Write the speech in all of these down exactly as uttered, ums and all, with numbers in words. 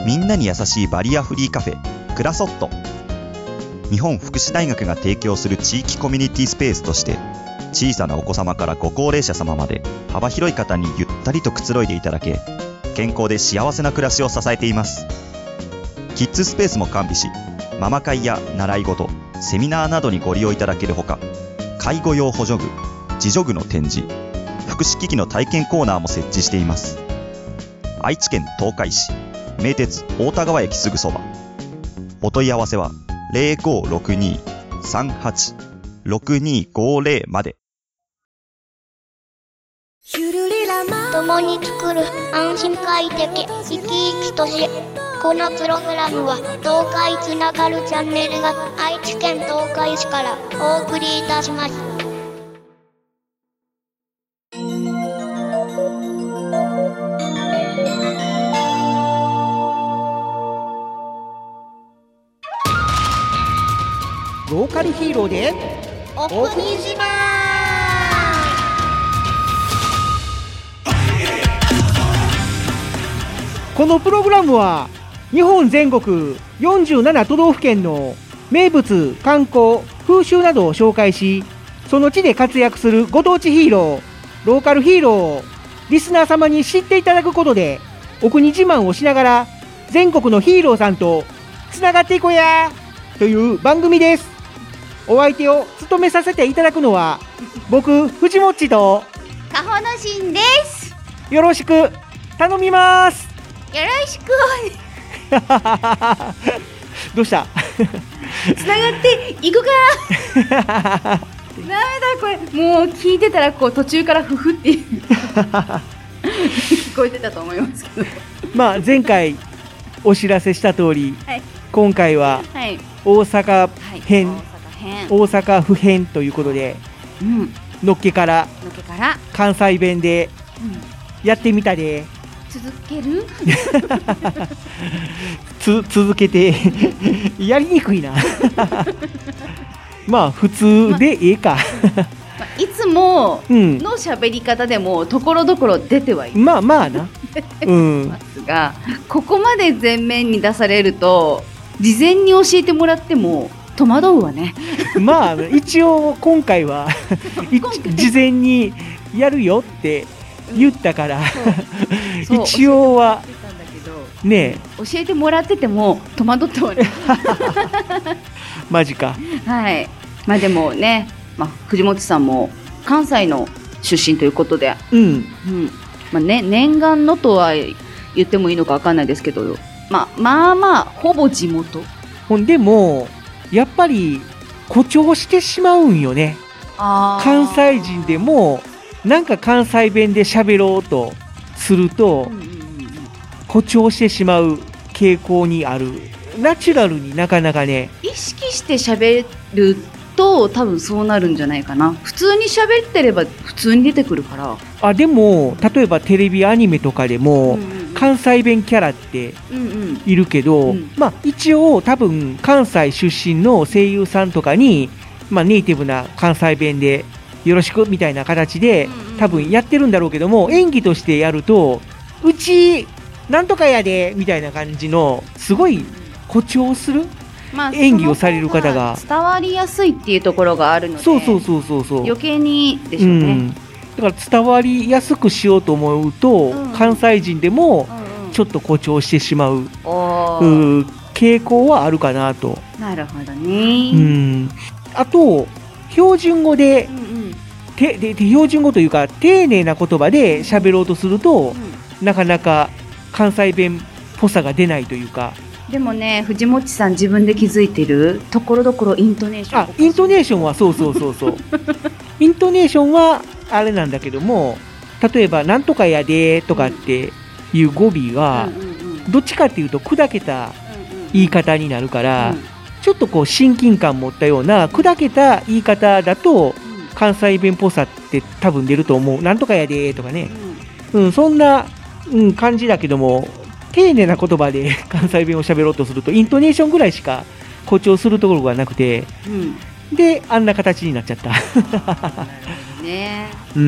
みんなに優しいバリアフリーカフェクラソット。日本福祉大学が提供する地域コミュニティスペースとして、小さなお子様からご高齢者様まで幅広い方にゆったりとくつろいでいただけ、健康で幸せな暮らしを支えています。キッズスペースも完備し、ママ会や習い事、セミナーなどにご利用いただけるほか、介護用補助具、自助具の展示、福祉機器の体験コーナーも設置しています。愛知県東海市、名鉄大田川駅すぐそば。お問い合わせは ゼロごろくに さんはち ろくにごゼロ まで。 共に作る安心快適生き生きとし、このプログラムは東海つながるチャンネルが愛知県東海市からお送りいたします。 ローカルヒーローでお国自慢。 このプログラムは日本全国よんじゅうなな都道府県の名物、観光、風習などを紹介し、その地で活躍するご当地ヒーロー、ローカルヒーローをリスナー様に知っていただくことで、お国自慢をしながら全国のヒーローさんとつながっていこうやという番組です。お相手を務めさせていただくのは僕、藤もっちとかほのしんです。 よろしく頼みます。 よろしくどうしたつながっていくかダメだこれ、もう聞いてたらこう途中からフフっていう聞こえてたと思いますけどまあ前回お知らせした通り、 はい、 今回は大阪編、はい、大阪府編ということで、うん、のっけからのっけから関西弁でやってみたで、 続けるつ続けてやりにくいなまあ普通でええか、 まあ、いつもの喋り方でもところどころ出てはいる、 まあまあな、うん、 ますが、ここまで前面に出されると事前に教えてもらっても戸惑うわねまあ一応今回は事前にやるよって言ったから、うん、一応はね教えてもらってても戸惑ってはねマジか。 はい、まあでもね、まあ、藤本さんも関西の出身ということで、うんうんまあね、念願のとは言ってもいいのか分かんないですけど、まあ、まあまあほぼ地元。 ほんでもやっぱり誇張してしまうんよね。あ関西人でもなんか関西弁で喋ろうとすると、うんうんうん、誇張してしまう傾向にある。ナチュラルになかなかね意識して喋ると多分そうなるんじゃないかな。普通に喋ってれば普通に出てくるから。 あでも例えばテレビアニメとかでも、うんうん、関西弁キャラっているけど、うんうん、まあ一応多分関西出身の声優さんとかに、まあ、ネイティブな関西弁でよろしくみたいな形で多分やってるんだろうけども、演技としてやるとうちなんとかやでみたいな感じのすごい誇張する演技をされる方が伝わりやすいっていうところがあるので、 そうそうそうそうそう余計にでしょうね、うん、 だから伝わりやすくしようと思うと、うん、関西人でもちょっと誇張してしまう、うん、傾向はあるかなと。 なるほどね、 うん、あと標準語で、うんうん、てで標準語というか丁寧な言葉で喋ろうとすると、うん、なかなか関西弁っぽさが出ないというか。 でもね、藤本さん自分で気づいてるところどころイントネーション、 あイントネーションはそうそうそうそうイントネーションはあれなんだけども、例えばなんとかやでとかっていう語尾がどっちかっていうと砕けた言い方になるから、ちょっとこう親近感持ったような砕けた言い方だと関西弁っぽさって多分出ると思う。なんとかやでとかね、うん、そんな、うん、感じだけども、丁寧な言葉で関西弁を喋ろうとするとイントネーションぐらいしか誇張するところがなくて、うん、であんな形になっちゃったね、 ね。 うん。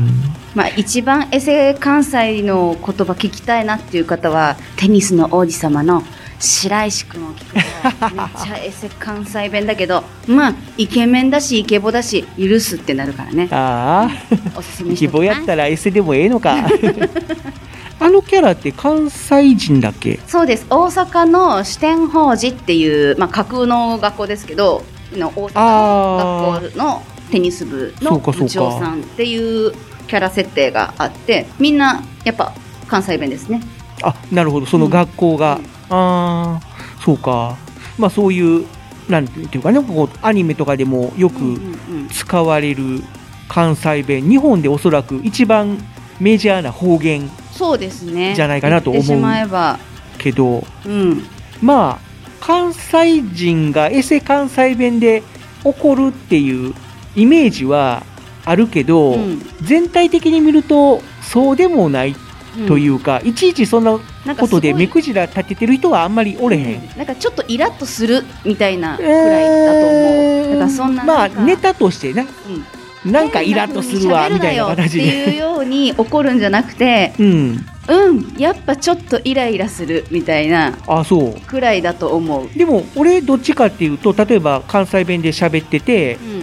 まあ一番エセ関西の言葉聞きたいなっていう方はテニスの王子様の白石君を聞くとめっちゃエセ関西弁だけどまあイケメンだしイケボだし許すってなるからね。 ああ、おすすめイしときます。 ケボやったらエセでもええのか。あのキャラって関西人だっけ？ そうです。大阪の四天王寺っていう、まあ、架空の学校ですけどの大阪の学校のテニス部の部長さんっていうキャラ設定があってみんなやっぱ関西弁ですね。 あ、なるほど。その学校が、うん、ああ、そうか。まあそういうなんていうかね、こうアニメとかでもよく使われる関西弁、日本でおそらく一番メジャーな方言そうですねじゃないかなと思うけど、 うん、 まあ関西人がエセ関西弁で怒るっていうイメージはあるけど、うん、全体的に見るとそうでもないというか、うん、いちいちそんなことで目くじら立ててる人はあんまりおれへん、 うん、なんかちょっとイラッとするみたいなくらいだと思う、えー、だからそんなまあネタとしてね、うん、なんかイラッとするわみたいな形でっていうように怒るんじゃなくて、うん、うん、やっぱちょっとイライラするみたいなくらいだと思う。 でも俺どっちかっていうと例えば関西弁で喋ってて、うん、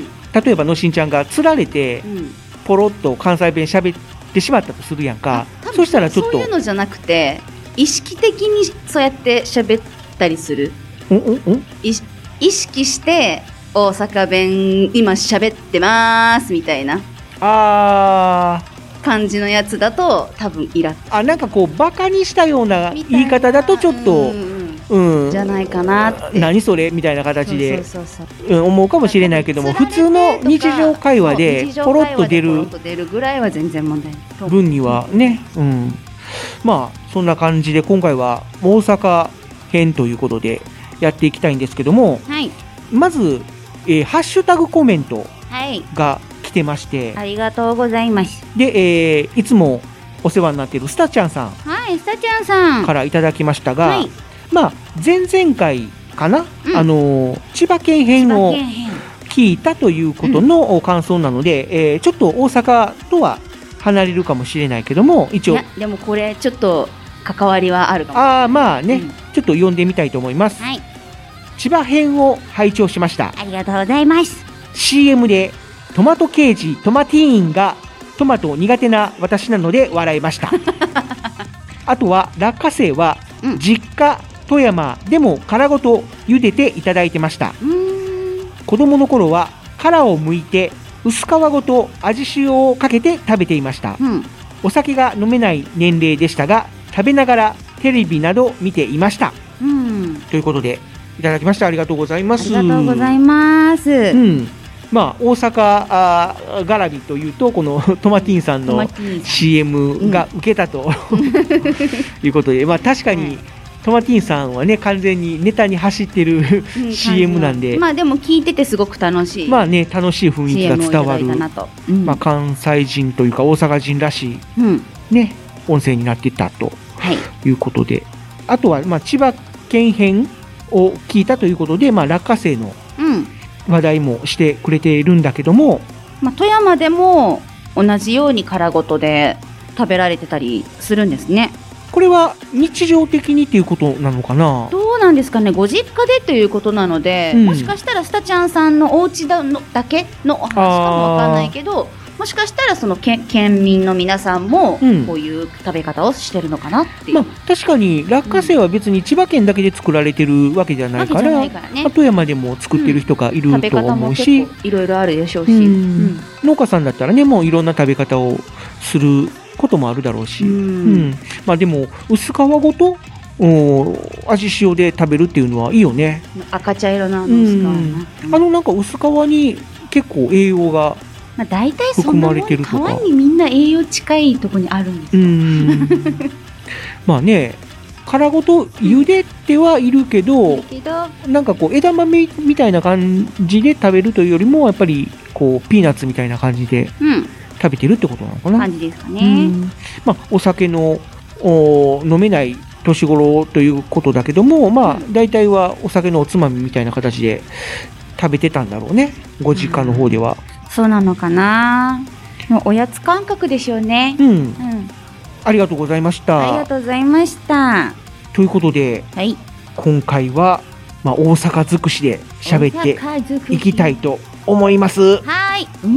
例えばのしんちゃんがつられて、うん、ポロッと関西弁喋ってしまったとするやんか。そしたらちょっとそういうのじゃなくて意識的にそうやって喋ったりする、 うんうんうん、 意識して大阪弁今喋ってますみたいなあ感じのやつだと多分イラッあなんかこうバカにしたような言い方だとちょっと、うんうん、じゃないかなって何それみたいな形で思うかもしれないけども普通の日常会話でポロッと出る出るぐらいは全然問題ない分にはね、うん、まあそんな感じで今回は大阪編ということでやっていきたいんですけども、 はい、 まず、えー、ハッシュタグコメントが来てまして、 はい、ありがとうございます。 で、えー、いつもお世話になっているスタちゃんさん、 はい、スタちゃんさんからいただきましたが、 はい、 まあ前々回かな、うん、あの千葉県編を聞いたということの感想なので、うん、えー、ちょっと大阪とは離れるかもしれないけども一応いやでもこれちょっと関わりはあるかもしれない。あまあね、うん、ちょっと読んでみたいと思います、 はい、 千葉編を拝聴しました。 ありがとうございます。 シーエム でトマト刑事トマティーンがトマト苦手な私なので笑いましたあとは落花生は実家、うん富山でも殻ごと茹でていただいてました。 うーん子供の頃は殻を剥いて薄皮ごと味塩をかけて食べていました、 うん、 お酒が飲めない年齢でしたが食べながらテレビなど見ていました、 うん、 ということでいただきました。ありがとうございます。 ありがとうございます、うん、まあ大阪あ絡みというとこのトマティーンさんの シーエム が受けたと、うん、いうことで、まあ確かに、はいトマティーンさんはね完全にネタに走ってる、うん、シーエム なんでまあでも聞いててすごく楽しいまあね楽しい雰囲気が伝わる、 うん、 まあ、関西人というか大阪人らしい、 うん、 ね音声になっていたと、 はい、 いうことであとはまあ千葉県編を聞いたということで、まあ、落花生の話題もしてくれているんだけども、 まあ、富山でも同じように殻ごとで食べられてたりするんですね。 これは日常的にっていうことなのかな。 どうなんですかね。ご実家でということなので、うん、もしかしたらスタちゃんさんのお家だのだけのお話かもわかんないけどもしかしたらその県県民の皆さんもこういう食べ方をしてるのかなっていう、 うんまあ、確かに落花生は別に千葉県だけで作られてるわけじゃないから、うんからね、富山でも作ってる人がいると思うし、 うん、食べ方も結構いろいろあるでしょうし、 うんうん、農家さんだったらねもういろんな食べ方をすることもあるだろうし、うんうんまあ、でも薄皮ごと味塩で食べるっていうのはいいよね。 赤茶色の薄皮、うんうん、あのなんか薄皮に結構栄養がまあ、大体そんなもん皮にみんな栄養近いところにあるんですよ。うんまあね殻ごと茹でてはいるけど、うん、なんかこう枝豆みたいな感じで食べるというよりもやっぱりこうピーナッツみたいな感じで食べてるってことなのかな、 感じですかね。 まあ、お酒のお飲めない年頃ということだけども、まあ、大体はお酒のおつまみみたいな形で食べてたんだろうねご実家の方では、 うん、そうなのかな。 もうおやつ感覚でしょうね。 うん、うん、ありがとうございました。 ありがとうございました。 ということで、はい、今回は、まあ、大阪尽くしで喋っていきたいと思います。 はい、うん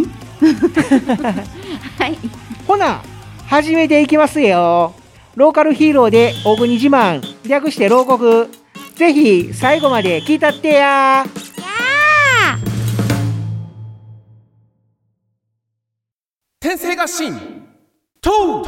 はい、 ほな始めていきますよ。ローカルヒーローで大国自慢、略して牢国。ぜひ最後まで聞いたってや。やー。 天生合心と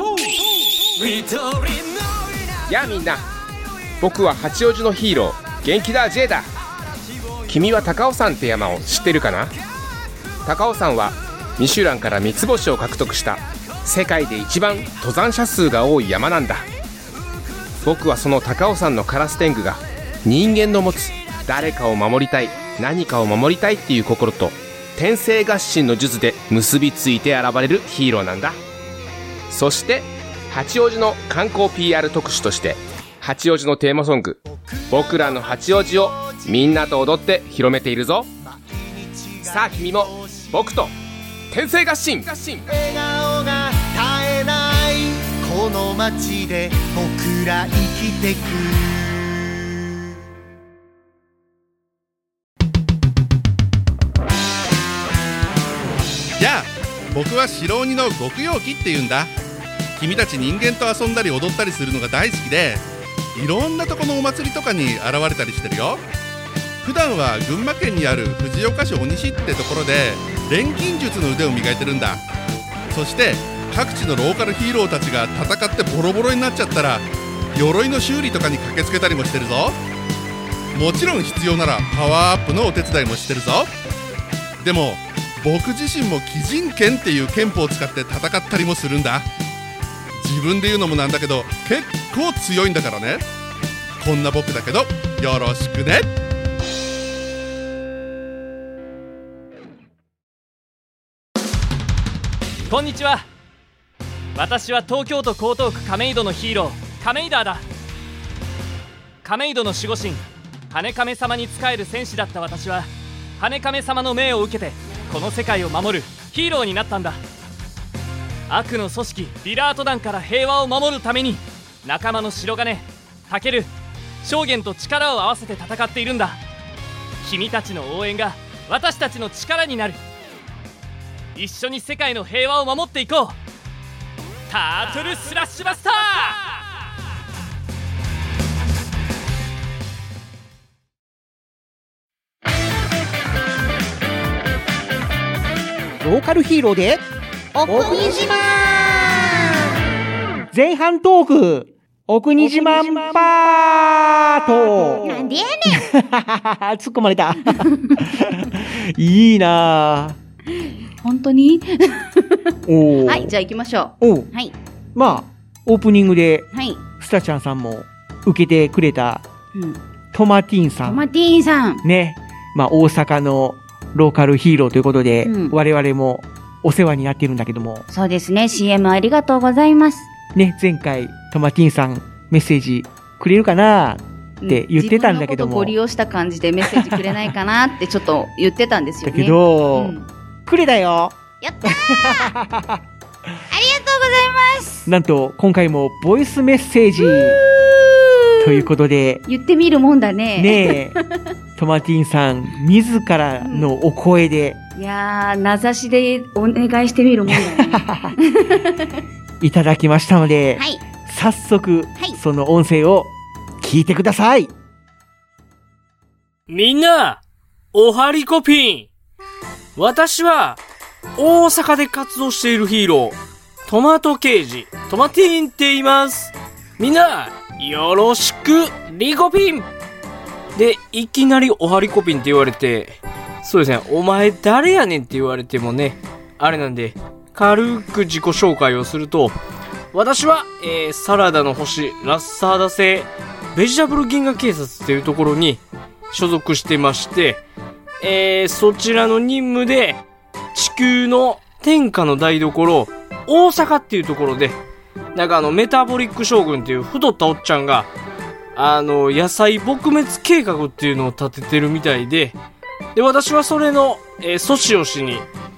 やあみんな、僕は八王子のヒーロー元気だ J だ。君は高尾山って山を知ってるかな。高尾山はミシュランから三つ星を獲得した世界で一番登山者数が多い山なんだ。僕はその高尾山のカラス天狗が人間の持つ誰かを守りたい、何かを守りたいっていう心と天生合心の術で結びついて現れるヒーローなんだ。そして八王子の観光 ピーアール 特集として八王子のテーマソング僕らの八王子をみんなと踊って広めているぞ。さあ君も僕と天生合心。笑顔が絶えないこの街で僕ら生きてく。 やあ、僕は白鬼の極陽気っていうんだ。君たち人間と遊んだり踊ったりするのが大好きで、いろんなとこのお祭りとかに現れたりしてるよ。普段は群馬県にある藤岡市鬼西ってところで錬金術の腕を磨いてるんだ。そして各地のローカルヒーローたちが戦ってボロボロになっちゃったら鎧の修理とかに駆けつけたりもしてるぞ。もちろん必要ならパワーアップのお手伝いもしてるぞ。でも僕自身も鬼人剣っていう剣法を使って戦ったりもするんだ。自分で言うのもなんだけど結構強いんだからね。こんな僕だけどよろしくね。 こんにちは。私は東京都江東区亀戸のヒーロー亀井ダーだ。亀戸の守護神羽亀様に仕える戦士だった私は羽亀様の命を受けてこの世界を守るヒーローになったんだ。悪の組織リラート団から平和を守るために仲間の白金タケル証言と力を合わせて戦っているんだ。君たちの応援が私たちの力になる。一緒に世界の平和を守っていこう。タートルスラッシュバスター。ローカルヒーローでお国自慢。前半トークお国自慢パート。 なんでやねん突っ込まれたいいな本当におはい、じゃあ行きましょう。おはい。 まあオープニングで、 はい、 スタちゃんさんも受けてくれた、うん、トマティーンさん。 トマティーンさんね、まあ大阪のローカルヒーローということで、うん、我々もお世話になっているんだけども。 そうですね、 シーエム ありがとうございますね。前回トマティーンさんメッセージくれるかなって言ってたんだけども、 自分のことご利用した感じでメッセージくれないかなってちょっと言ってたんですよね。 だけど、うん、くれたよ。 やったーありがとうございます。 なんと今回もボイスメッセージということで、 言ってみるもんだね。 ねえトマティーンさん自らのお声で、 うん、いやー名指しでお願いしてみるもんだねいただきましたので、 はい、 早速、 はい、 その音声を聞いてください。 みんなおはりこピン。私は大阪で活動しているヒーロートマト刑事トマティーンって言います。みんなよろしくリコピンで、いきなりおはりこピンって言われて、そうですね、お前誰やねんって言われてもねあれなんで、軽く自己紹介をすると、私は、えー、サラダの星ラッサーダ星ベジタブル銀河警察っていうところに所属してまして、えー、そちらの任務で地球の天下の台所大阪っていうところで、なんかあのメタボリック将軍っていう太ったおっちゃんがあの野菜撲滅計画っていうのを立ててるみたいで、で私はそれの、えー、阻止をしに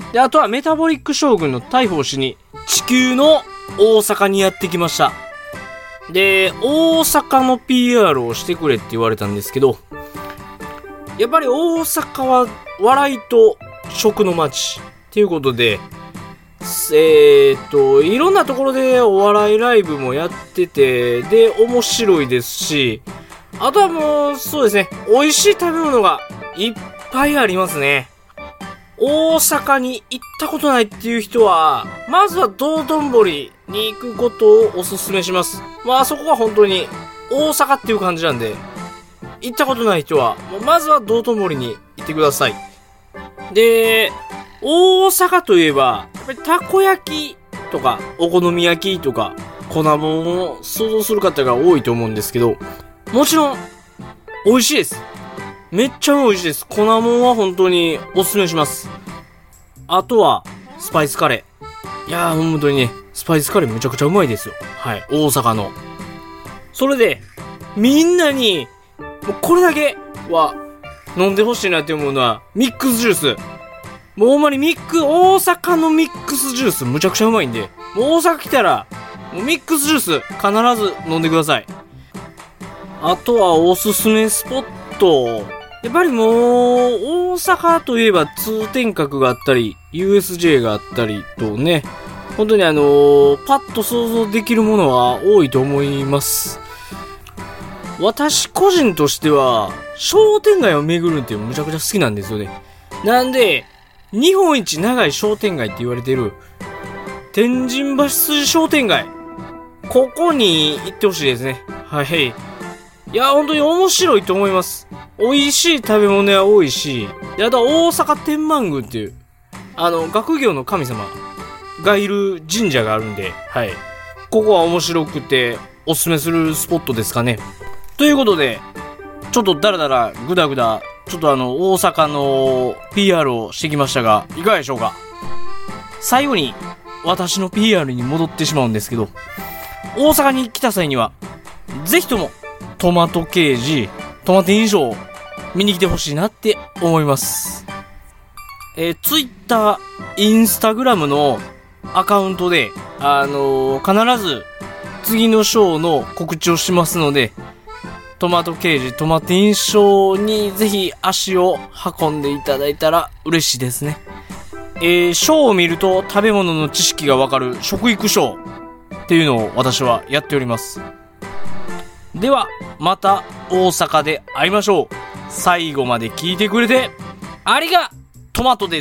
で、あとはメタボリック将軍の大砲氏に地球の大阪にやってきました。で、大阪の ピーアール をしてくれって言われたんですけど、やっぱり大阪は笑いと食の街っていうことで、えーっと、いろんなところでお笑いライブもやってて、で、面白いですし、あとはもう、そうですね、美味しい食べ物がいっぱいありますね。大阪に行ったことないっていう人は、まずは道頓堀に行くことをおすすめします。まあそこは本当に大阪っていう感じなんで、行ったことない人は、もうまずは道頓堀に行ってください。で、大阪といえば、やっぱりたこ焼きとか、お好み焼きとか、粉もんを想像する方が多いと思うんですけど、もちろん、美味しいです。めっちゃ美味しいです。粉もんは本当におすすめします。あとは、スパイスカレー。いやー、本当にね、スパイスカレーめちゃくちゃうまいですよ。はい、大阪の。それで、みんなに、もうこれだけは飲んでほしいなって思うのは、ミックスジュース。もうほんまにミック、大阪のミックスジュースむちゃくちゃうまいんで、もう大阪来たら、もうミックスジュース必ず飲んでください。あとはおすすめスポット。やっぱりもう、大阪といえば通天閣があったり、ユーエスジェー があったりとね、本当にあのー、パッと想像できるものは多いと思います。私個人としては、商店街を巡るっていうのむちゃくちゃ好きなんですよね。なんで、日本一長い商店街って言われてる、天神橋筋商店街。ここに行ってほしいですね。はい。いや、本当に面白いと思います。美味しい食べ物屋多いし、あとは大阪天満宮っていう、あの、学業の神様がいる神社があるんで、はい。ここは面白くて、おすすめするスポットですかね。ということで、ちょっとだらだらぐだぐだ、ちょっとあの、大阪の ピーアール をしてきましたが、いかがでしょうか。最後に、私の ピーアール に戻ってしまうんですけど、大阪に来た際には、ぜひとも、トマトケージ、トマト印象を見に来てほしいなって思います。えー、ツイッター、インスタグラムのアカウントで、あのー、必ず次のショーの告知をしますので、トマトケージ、トマト印象にぜひ足を運んでいただいたら嬉しいですね。えー、ショーを見ると食べ物の知識がわかる食育ショーっていうのを私はやっております。では、また大阪で会いましょう。最後まで聞いてくれて、ありがトマトです。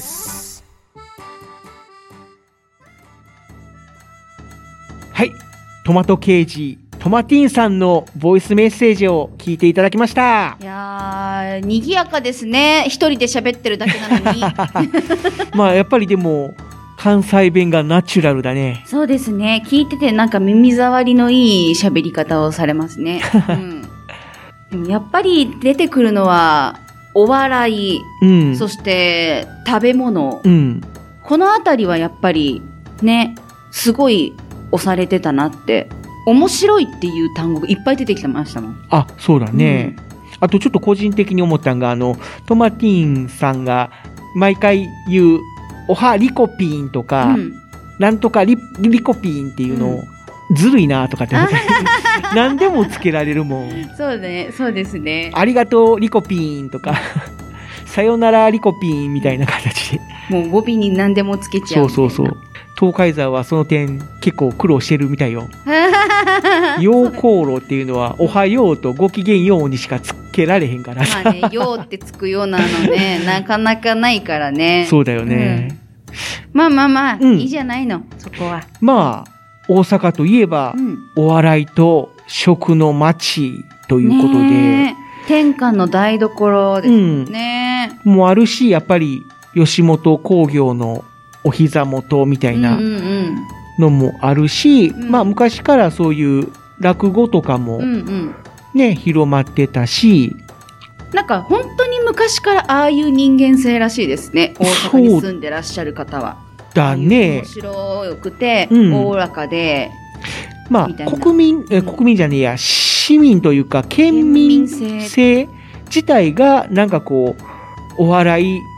はい。トマトケージ、トマティンさんのボイスメッセージを聞いていただきました。 いやー、賑やかですね。一人で喋ってるだけなのに。 まあ、やっぱりでも、関西弁がナチュラルだね。 そうですね。聞いててなんか耳障りのいい喋り方をされますね。うん、でもやっぱり出てくるのはお笑い、うん、そして食べ物、うん、このあたりはやっぱりね、すごい押されてたなって。面白いっていう単語がいっぱい出てきてましたもん。 あ、そうだね。うん、あとちょっと個人的に思ったのが、あのトマティーンさんが毎回言うおはリコピーンとか、うん、なんとか リ, リコピーンっていうのを、うん、ずるいなとかって思って何でもつけられるもん。 そうね、そうですね。 ありがとうリコピーンとかさよならリコピーンみたいな形でもう語尾に何でもつけちゃう。 そうそうそう。東海沢はその点結構苦労してるみたいよ。陽光炉っていうのはおはようとごきげんようにしかつけられへんからさ。 まあね、ようってつくようなのね、なかなかないからね。 そうだよね。 うん、まあまあまあ、うん、いいじゃないの、そこは。 まあ、大阪といえば、うん、お笑いと食の街ということで。ね、 天下の台所ですね。 うん、もうあるし、やっぱり吉本興業のお膝元みたいなのもあるし、うんうんうん、まあ昔からそういう落語とかもね、うんうん、広まってたし、 なんか本当に昔からああいう人間性らしいですね。大阪に住んでらっしゃる方は。 だね。 面白くて、うん、おおらかで、 まあ国民え国民じゃねえや、市民というか県民性自体がなんかこうお笑い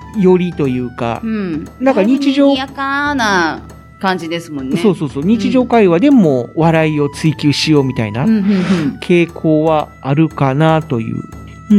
寄りというか、 うん、 なんか日常、 賑やかな感じですもんね。 そうそうそう、日常会話でも笑いを追求しようみたいな傾向はあるかなという。うん。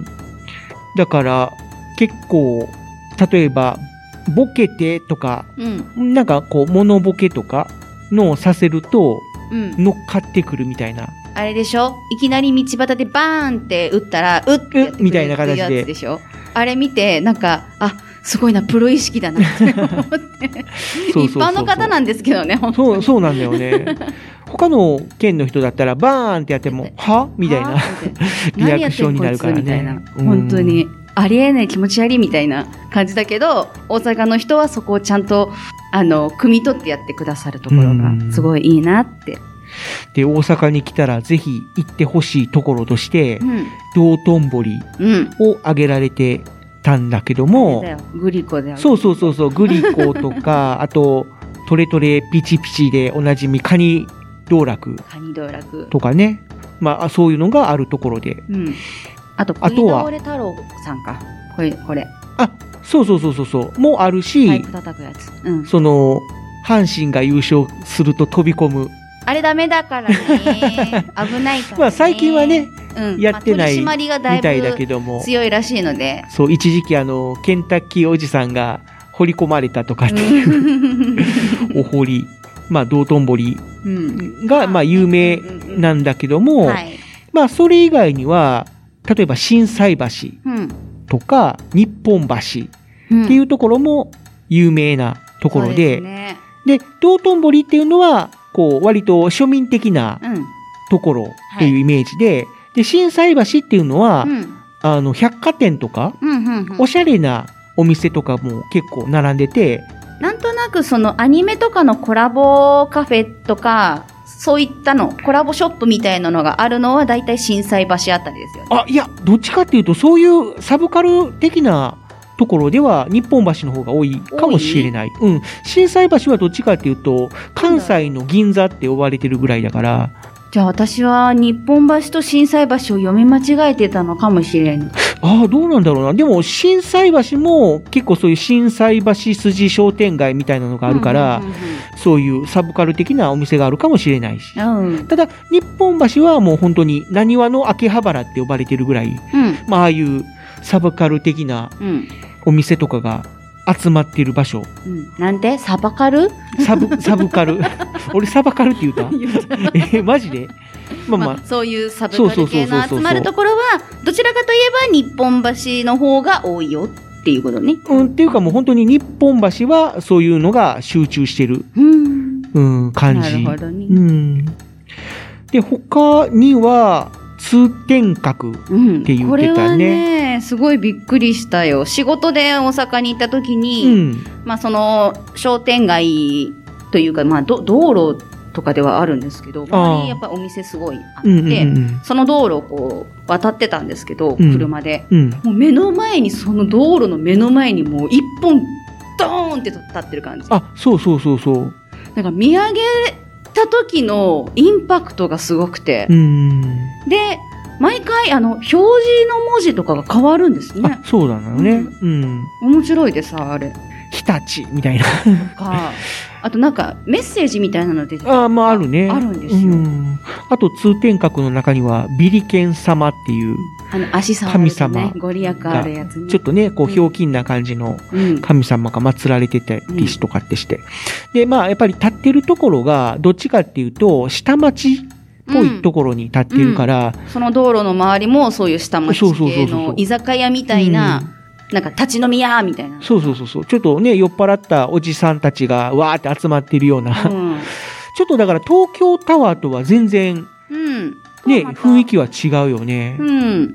だから結構例えばボケてとか、うん、なんかこうモノボケとかのをさせると、うん、乗っかってくるみたいな。 あれでしょ、いきなり道端でバーンって打ったら、うってやってくるみたいな形で。 やつでしょ。あれ見て、なんか、あ、すごいな、プロ意識だなって思って。そうそうそうそう、一般の方なんですけどね、本当に。 そう、そうなんだよね。他の県の人だったら、バーンってやっても、はみたいなリアクションになるからね。 本当に。ありえない気持ち悪いみたいな感じだけど、大阪の人はそこをちゃんと、あの、汲み取ってやってくださるところが、すごいいいなって。 で、大阪に来たらぜひ行ってほしいところとして、うん、道頓堀を挙げられてたんだけども、 うん、グリコでそうそうそうそう、グリコとか、あと、トレトレピチピチでおなじみカニ道楽とかね、まあ、そういうのがあるところで。うん、 あと、食い倒れ太郎さんか。これ、これ。 あ、そうそうそうそうそう、もあるし、 タイプ叩くやつ。 うん、その、阪神が優勝すると飛び込む。 あれダメだからね。危ないからね。 まあ最近はね、うん、やってないみたいだけども。 強いらしいので。 そう、一時期あの、ケンタッキーおじさんが掘り込まれたとかっていう、お堀、まあ道頓堀が、まあ有名なんだけども、はい、まあそれ以外には、例えば心斎橋とか、うん、日本橋っていうところも有名なところで、うん、ね、で、道頓堀っていうのは、こう、割と庶民的なところっていうイメージで、うん、はい、で、心斎橋っていうのは、うん、あの、百貨店とか、うんうんうん、おしゃれなお店とかも結構並んでて、 なんとなくそのアニメとかのコラボカフェとか、そういったの、コラボショップみたいなのがあるのは大体心斎橋あたりですよね。 あ、いや、どっちかっていうと、そういうサブカル的なところでは日本橋の方が多いかもしれない。うん。心斎橋はどっちかっていうと、関西の銀座って呼ばれてるぐらいだから。 じゃあ私は日本橋と心斎橋を読み間違えてたのかもしれない。 ああ、どうなんだろうな。でも心斎橋も結構そういう心斎橋筋商店街みたいなのがあるから、うんうんうんうん、そういうサブカル的なお店があるかもしれないし。うん、ただ、日本橋はもう本当に浪速の秋葉原って呼ばれてるぐらい、うん、まあああいうサブカル的なお店とかが集まっている場所。 うん、なんでサバカルサブ、サブカル。俺サバカルって言うたえ、マジで、 まあまあ、まあ、そういうサブカル系の集まるところは、どちらかといえば日本橋の方が多いよっていうことね。 うん、っていうかもう本当に日本橋はそういうのが集中してる、うん、うん、感じ。 なるほどね。 うん。で、他には、通天閣って言ってたね、うん。これはね、 すごいびっくりしたよ。仕事で大阪に行った時に、うん、まあその商店街というか、まあど道路とかではあるんですけど、周りにやっぱりお店すごいあって、うんうんうん、その道路をこう渡ってたんですけど、うん、車で、うん、もう目の前に、その道路の目の前にもう一本ドーンって立ってる感じ。 あ、そうそうそうそう。 なんか見上げた時のインパクトがすごくて、うん、で毎回あの表示の文字とかが変わるんですね。 あ、そうだね、うん、 うん、面白いでさ、あれ日立みたいなかあとなんかメッセージみたいなの出てあ、まあ、あるね。 あるんですよ、うん、 あと通天閣の中にはビリケン様っていうあの足触るとね、ご利益あるやつね、 ちょっとねこうひょうきんな感じの神様が祀られてたりしとかってして、うん、でまあやっぱり立ってるところがどっちかっていうと下町っぽいところに立ってるから、 うんうん、その道路の周りもそういう下町系の居酒屋みたいな、うん、なんか立ち飲み屋みたいな。 そうそうそうそう。ちょっとね、酔っ払ったおじさんたちがわーって集まってるような。うん、ちょっとだから東京タワーとは全然、うん、ね、ま、雰囲気は違うよね。うん。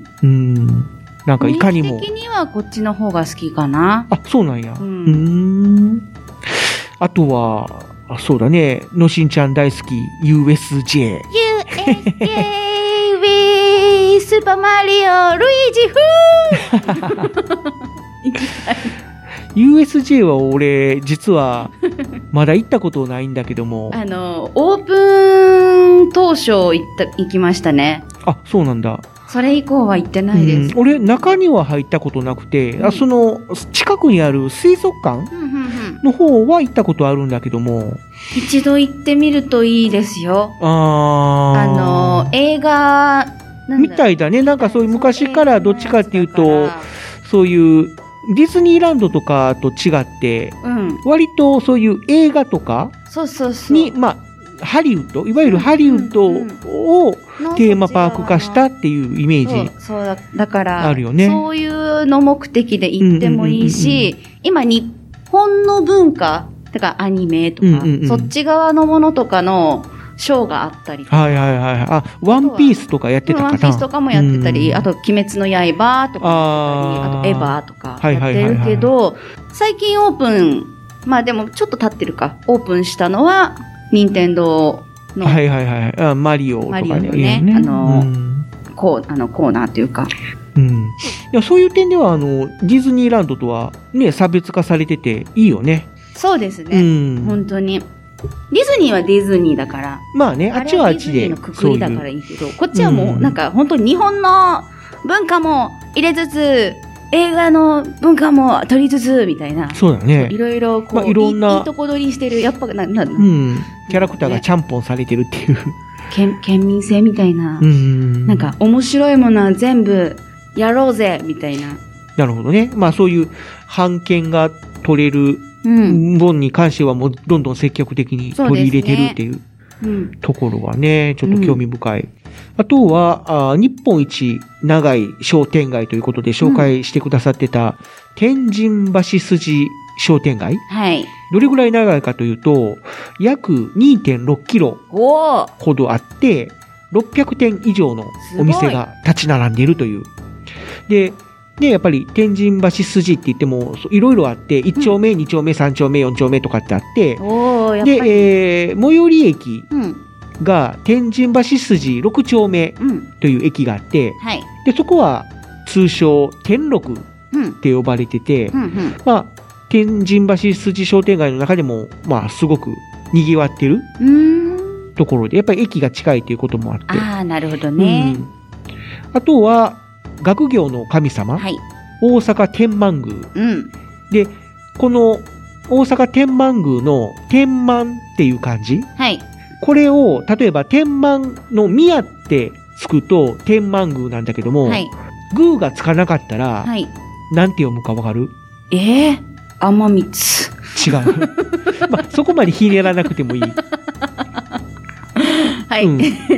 うん。なんかいかにも。 雰囲気的にはこっちの方が好きかな。 あ、そうなんや。うん。うーん。あとは、あ、そうだね。のしんちゃん大好き ユーエスジェー。ユーエスジェー with スーパーマリオルイージフーユーエスジェー は俺実はまだ行ったことないんだけども、 あのオープン当初行った行きましたね。 あ、そうなんだ。 それ以降は行ってないです。 うん、俺、中には入ったことなくて、うん、あその、近くにある水族館の方は行ったことあるんだけども。 一度行ってみるといいですよ。 ああの、映画、 みたいだね。なんかそういう昔からどっちかっていうと、そういうディズニーランドとかと違って、うん、割とそういう映画とかに、 そうそうそう、 まあ、ハリウッド、いわゆるハリウッドをテーマパーク化したっていうイメージ。 そうだ、だから、 あるよね。 そういうの目的で行ってもいいし、今日本の文化、てかアニメとか、うんうんうん、そっち側のものとかのショーがあったりとか。 はいはいはい。あ、ワンピースとかやってたかな。 ワンピースとかもやってたり、うん、あと、鬼滅の刃とかやってたり、あと、エヴァとかやってるけど、はいはいはいはい、最近オープン、まあでもちょっと経ってるか、オープンしたのは、任天堂の。 はいはいはい。あ、マリオとかね。 マリオのね、ねあの、うん、こう、あの、コーナーというか。 うん。いや、そういう点では、あの、ディズニーランドとはね、差別化されてていいよね。 そうですね。うん、本当に。ディズニーはディズニーだから。 まあね、あっちはあっちで。 ディズニーのくくりだからいいけど、こっちはもうなんか本当に日本の文化も入れつつ、映画の文化も取りつつ、みたいな。 そうだね。 いろいろこう、まあ、 いろんな。 いいとこ取りしてる、やっぱな、な、 うん。キャラクターがちゃんぽんされてるっていう。 県、県民性みたいな。うん。なんか面白いものは全部やろうぜ、みたいな。 なるほどね。まあそういう版権が取れる。うん、本に関してはもうどんどん積極的に取り入れてるっていうところはね、ちょっと興味深い。うん、あとはあ、日本一長い商店街ということで紹介してくださってた、天神橋筋商店街。 はい。 どれぐらい長いかというと、約 にてんろくキロほどあって、ろっぴゃくてん以上のお店が立ち並んでいるという。で、で、やっぱり天神橋筋って言ってもいろいろあって、いち丁目、うん、に丁目、さん丁目、よん丁目とかってあって、 おやっぱりで、えー、最寄り駅が天神橋筋ろく丁目という駅があって、うんはい、で、そこは通称天六って呼ばれてて、うんうんうん、まあ、天神橋筋商店街の中でも、まあ、すごく賑わってるところで、やっぱり駅が近いということもあって。 ああ、なるほどね。うん、 あとは、学業の神様、はい、大阪天満宮、うん、でこの大阪天満宮の天満っていう漢字、はい、これを例えば天満の宮ってつくと天満宮なんだけども、はい、宮がつかなかったら、はい、なんて読むかわかる？ えー、天光。 違う。まあ、そこまでひねらなくてもいい。 はい、うん、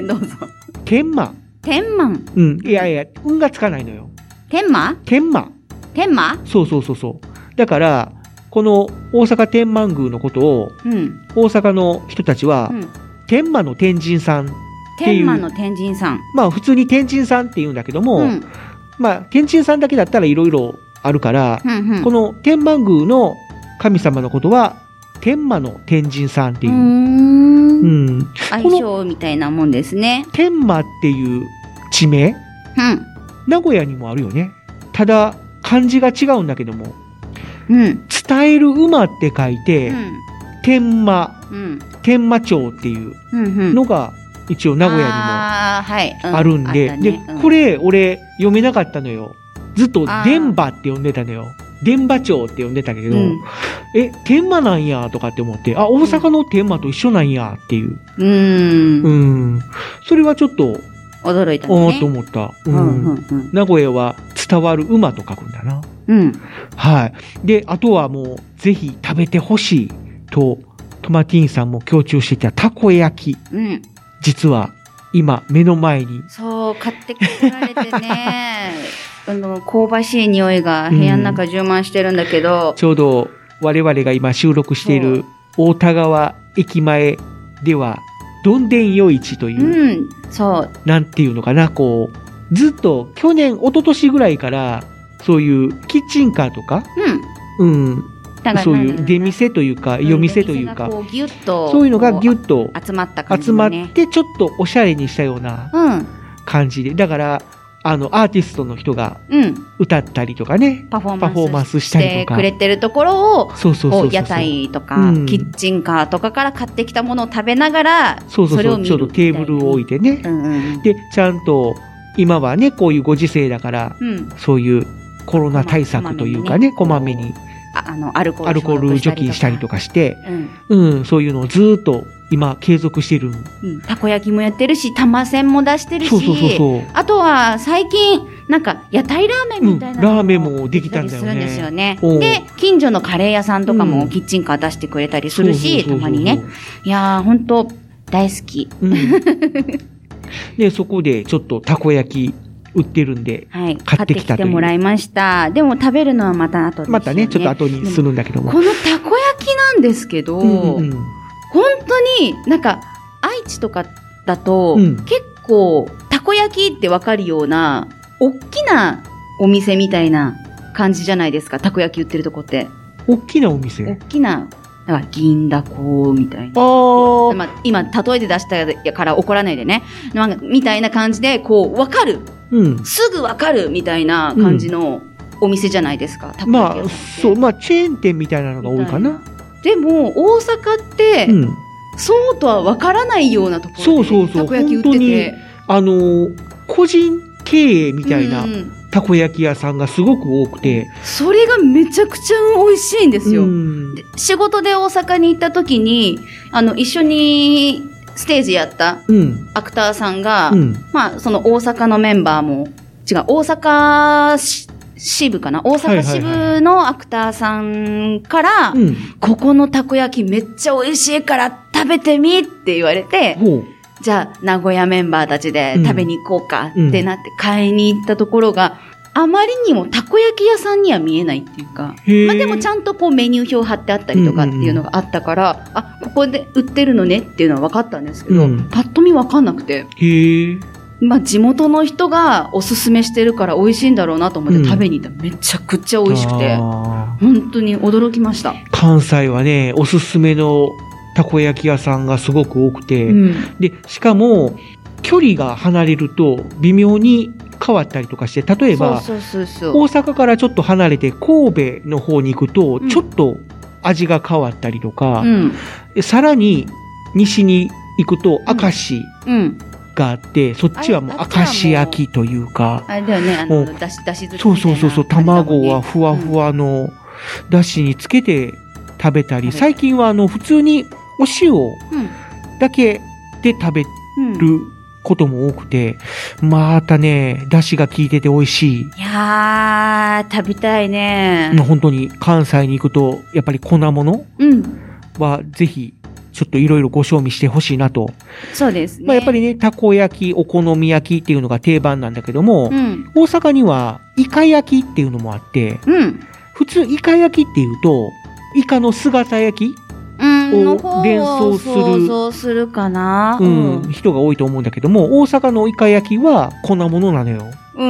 どうぞ。 天満。 天満。 うん。いやいや、運がつかないのよ。 天満？ 天満。 天満？ そうそうそうそう。だから、この大阪天満宮のことを、うん、大阪の人たちは、うん、天満の天神さんっていう。 天満の天神さん。 まあ普通に天神さんって言うんだけども、うん、まあ天神さんだけだったらいろいろあるから、うんうん、この天満宮の神様のことは、天満の天神さんっていう。うーん、 うん、相性みたいなもんですね。 天満っていう地名、うん、名古屋にもあるよね。ただ漢字が違うんだけども、うん、伝える馬って書いて、うん、天満、うん、天満町っていうのが一応名古屋にもあるんで、うん、で、うん、これ俺読めなかったのよ。ずっと電波って呼んでたのよ。電波町って呼んでたけど、うん、え、天満なんやとかって思って、あ、大阪の天満と一緒なんやっていう。うん。うん。それはちょっと、 驚いたね。 ああ、と思った。うん。うんうんうん、名古屋は伝わる馬と書くんだな。うん。はい。で、あとはもう、ぜひ食べてほしいと、トマティーンさんも強調していたたこ焼き。うん。実は、今、目の前に。 そう、買ってこられてね。あの、香ばしい匂いが部屋の中充満してるんだけど、 うん、ちょうど我々が今収録している大田川駅前では、どんでん夜市という、うん、そう。なんていうのかな、こう、ずっと去年、一昨年ぐらいから、そういうキッチンカーとか、うん。うん。そういう出店というか、夜店というか、 こうギュッとそういうのがギュッと集まった感じ、 ね、集まって、ちょっとおしゃれにしたような感じで、うん、だから、あの、アーティストの人が歌ったりとかね、うん、パフォーマンスしたりとか。 してくれてるところを、 そうそうそうそう。 屋台とか、うん、キッチンカーとかから買ってきたものを食べながら、 そうそうそう、ちょっとテーブルを置いてね、うんうん。で、ちゃんと、 今はね、こういうご時世だから、うん、そういうコロナ対策というかね、こまめに、 ああのアルコール除菌したりとかして、うん、うん、そういうのをずっと今継続してる、 うん、たこ焼きもやってるし、玉せんも出してるし、 そうそうそうそう、 あとは最近なんか屋台ラーメンみたいな、 うん、ラーメンもできたんだよね。 するんですよね。で、近所のカレー屋さんとかもキッチンカー出してくれたりするし、たまにね。いやー、ほんと大好き。うん、 で、そこでちょっとたこ焼き売ってるんで、はい、買ってきたという。買ってきてもらいました。でも食べるのはまた後ですよね。 またね、ちょっと後にするんだけども。 このたこ焼きなんですけど、うんうんうん、本当になんか愛知とかだと、うん、結構たこ焼きってわかるような大きなお店みたいな感じじゃないですか。たこ焼き売ってるとこって。 大きなお店？ 大きな。だから銀だこみたいな。 あまあ、今、例えで出したから怒らないでね。なんかみたいな感じで、こう、わかる、うん。すぐわかるみたいな感じのお店じゃないですか。 うん、まあ、そう、まあ、チェーン店みたいなのが多いかな。 でも、大阪って、うん、そうとはわからないようなところで、たこ焼き売ってて。そうそうそう。本当に、 あの、個人経営みたいな、うんたこ焼き屋さんがすごく多くて。 それがめちゃくちゃ美味しいんですよ。で仕事で大阪に行った時に、あの、一緒にステージやったアクターさんが、うん、まあ、その大阪のメンバーも、違う、大阪支部かな大阪支部のアクターさんから、はいはいはい、ここのたこ焼きめっちゃ美味しいから食べてみって言われて、じゃあ、名古屋メンバーたちで食べに行こうかってなって買いに行ったところが、うん、あまりにもたこ焼き屋さんには見えないっていうか、まあでもちゃんとこうメニュー表貼ってあったりとかっていうのがあったから、うんうんうん、あ、ここで売ってるのねっていうのは分かったんですけど、うん、パッと見分かんなくて。 へー。 まあ地元の人がおすすめしてるから美味しいんだろうなと思って食べに行ったらめちゃくちゃ美味しくて、うん、本当に驚きました。 関西はね、おすすめのたこ焼き屋さんがすごく多くて、うん、で、しかも、距離が離れると微妙に変わったりとかして、例えば、そうそうそうそう、大阪からちょっと離れて神戸の方に行くと、ちょっと味が変わったりとか、うん、さらに西に行くと明石があって、うん、そっちはもう明石焼きというか、 あれだよね、あの、だし、だしずつみたいな、そうそうそう、卵はふわふわのだしにつけて食べたり、うん、最近はあの、普通にお塩だけで食べる、うんことも多くて、またね、出汁が効いてて美味しい。いやー、食べたいね。 本当に関西に行くと、やっぱり粉物はぜひ、ちょっといろいろご賞味してほしいなと。 そうですね。 まあ、やっぱりね、たこ焼き、お好み焼きっていうのが定番なんだけども、うん、大阪にはイカ焼きっていうのもあって、うん、普通イカ焼きっていうと、イカの姿焼きを連想する、 想像するかな、 うん、人が多いと思うんだけども、大阪のイカ焼きは粉物なのよ。 うん。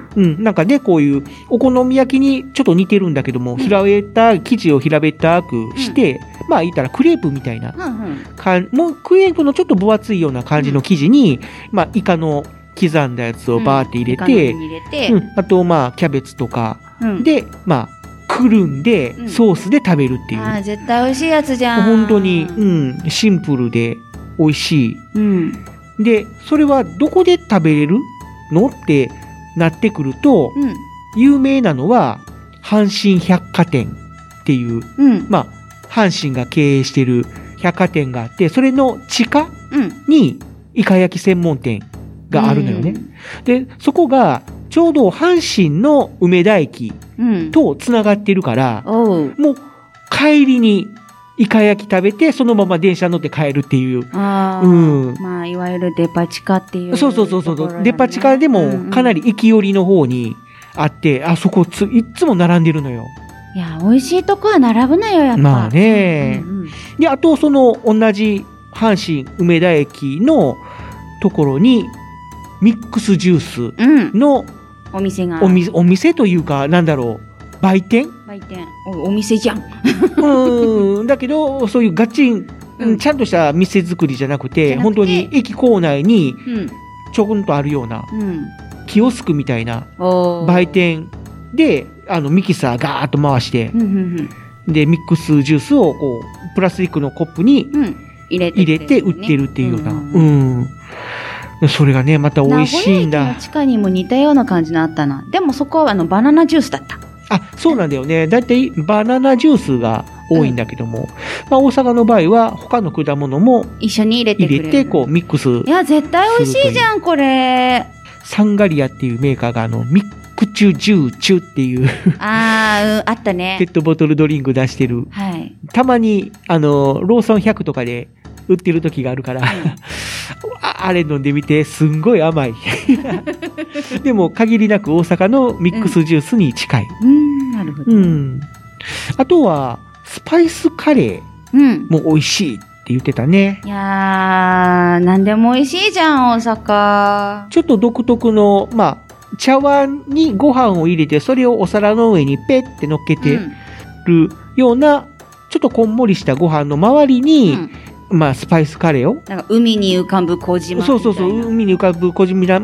うん。なんかね、こういうお好み焼きにちょっと似てるんだけども、うん、平べった生地を平べったくして、うん、まあ言ったらクレープみたいな、うんうん、かもうクレープのちょっと分厚いような感じの生地に、うん、まあイカの刻んだやつをバーって入れて、うん、入れてうん、あとまあキャベツとかで、うん、まあくるんで、ソースで食べるっていう。うん、 ああ、絶対美味しいやつじゃん。 本当に、うん、シンプルで美味しい。うん、で、それはどこで食べれるのってなってくると、うん、有名なのは、阪神百貨店っていう、うん、まあ、阪神が経営している百貨店があって、それの地下にイカ焼き専門店があるのよね。うん、で、そこが、ちょうど阪神の梅田駅とつながってるから、うん、もう帰りにイカ焼き食べてそのまま電車乗って帰るっていう。 あ、うん、まあいわゆるデパ地下っていう、ね。 そうそうそうそう。デパ地下でもかなり行き寄りの方にあって、うんうん、あそこついっつも並んでるのよ。 いや、美味しいとこは並ぶなよ、やっぱ。 まあね、うんうん。で、あとその同じ阪神梅田駅のところにミックスジュースの、うん、 お店がお店、お店というか、なんだろう、売店売店。お、お店じゃん。 うん。だけど、そういうガチン、うん、ちゃんとした店作りじゃなくて、本当に駅構内に、ちょこんとあるような、うん、キオスクみたいな、売店で、あの、ミキサーガーッと回して、うんうんうん、で、ミックスジュースを、こう、プラスチックのコップに、入れて売ってるっていうような、うんうん、 それがね、また美味しいんだ。 名古屋駅の地下にも似たような感じのあったな。でもそこはあのバナナジュースだった。 あ、そうなんだよね。だいたいバナナジュースが多いんだけども、うん、まあ大阪の場合は他の果物も一緒に入れてくれる。 入れてこうミックス。 いや、絶対美味しいじゃん、これ。 サンガリアっていうメーカーがあの、ミックチュジューチュっていうあー、うん、あったね。 ペットボトルドリンク出してる。 はい。 たまに、あの、ローソンひゃくとかで売ってる時があるから、うん、あ, あれ飲んでみて、すんごい甘い。でも、限りなく大阪のミックスジュースに近い。 うん、うんなるほど。うん。 あとは、スパイスカレーも美味しいって言ってたね。 うん、いやー、なんでも美味しいじゃん、大阪。 ちょっと独特の、まあ、茶碗にご飯を入れて、それをお皿の上にペッて乗っけてるような、うん、ちょっとこんもりしたご飯の周りに、うん、まあ、スパイスカレーを。 なんか、海に浮かぶ小島みたいな。 そうそうそう、海に浮かぶ小島、うん、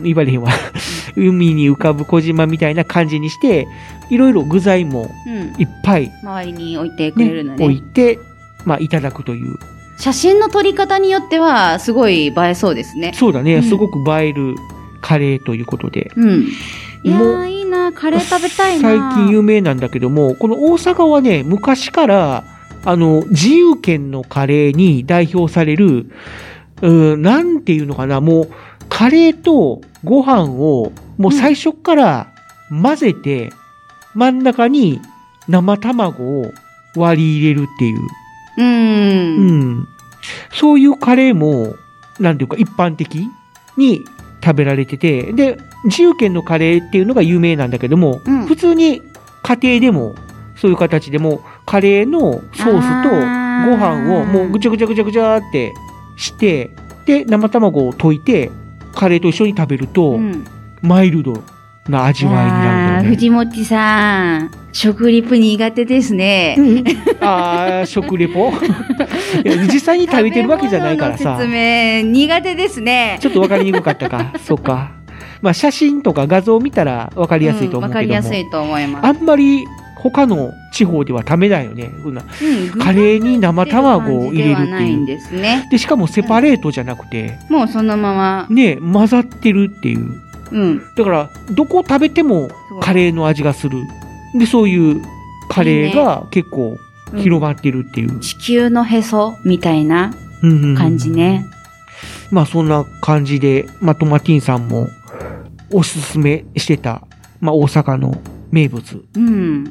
言われへんわ。海に浮かぶ小島みたいな感じにして、いろいろ具材もいっぱい、 うん、周りに置いてくれるのね。 ね置いて、まあ、いただくという。 写真の撮り方によっては、すごい映えそうですね。 そうだね、うん、すごく映えるカレーということで。 うん。いやー、いいな、カレー食べたいな。 最近有名なんだけども、この大阪はね、昔から、あの、自由軒のカレーに代表される、うーん、なんていうのかな、もう、カレーとご飯を、もう最初から混ぜて、うん、真ん中に生卵を割り入れるっていう。 うーん。 うん。そういうカレーも、なんていうか一般的に食べられてて、で、自由軒のカレーっていうのが有名なんだけども、うん、普通に家庭でも、そういう形でも、カレーのソースとご飯をもうぐちゃぐちゃぐちゃぐちゃってして、で、生卵を溶いて、カレーと一緒に食べると、うん、マイルドな味わいになるんだよね。 藤本さん、食リポ苦手ですね。 うん、ああ、食レポいや実際に食べてるわけじゃないからさ。 説明苦手ですね。 ちょっとわかりにくかったか。そうか。まあ写真とか画像を見たらわかりやすいと思うけども。わ、うん、かりやすいと思います。 あんまり他の地方では食べないよね。うん、カレーに生卵を入れるっていう。ではないんですね。で、しかもセパレートじゃなくて。 もうそのまま。 ね、混ざってるっていう。うん。だから、どこ食べてもカレーの味がする。で、そういうカレーが結構広がってるっていう。いいね、うん、 地球のへそみたいな感じね。うんうん、 まあ、そんな感じで、まあ、トマティンさんもおすすめしてた、まあ、大阪の名物、うん、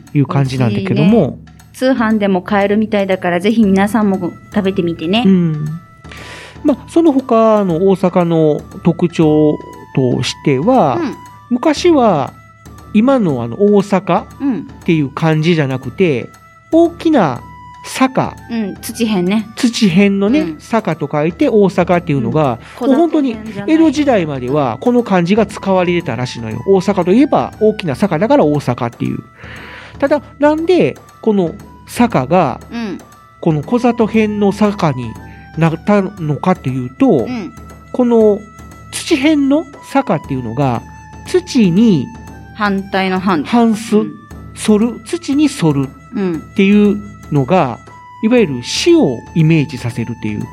いう感じなんだけども、ね、 通販でも買えるみたいだからぜひ皆さんも食べてみてね。 うん、まあその他の大阪の特徴としては、うん、昔は今のあの大阪っていう漢字じゃなくて、大きな坂、 うん、土辺ね。 土辺のね、うん、坂と書いて大阪っていうのが、うん、もう本当に江戸時代まではこの漢字が使われてたらしいのよ。大阪といえば大きな坂だから大阪っていう。ただ、なんでこの坂が、うん、この小里辺の坂になったのかっていうと、うん、この土辺の坂っていうのが、土に反対の反。 反す、うん、反る、土に反るっていうのが、いわゆる死をイメージさせるっていう。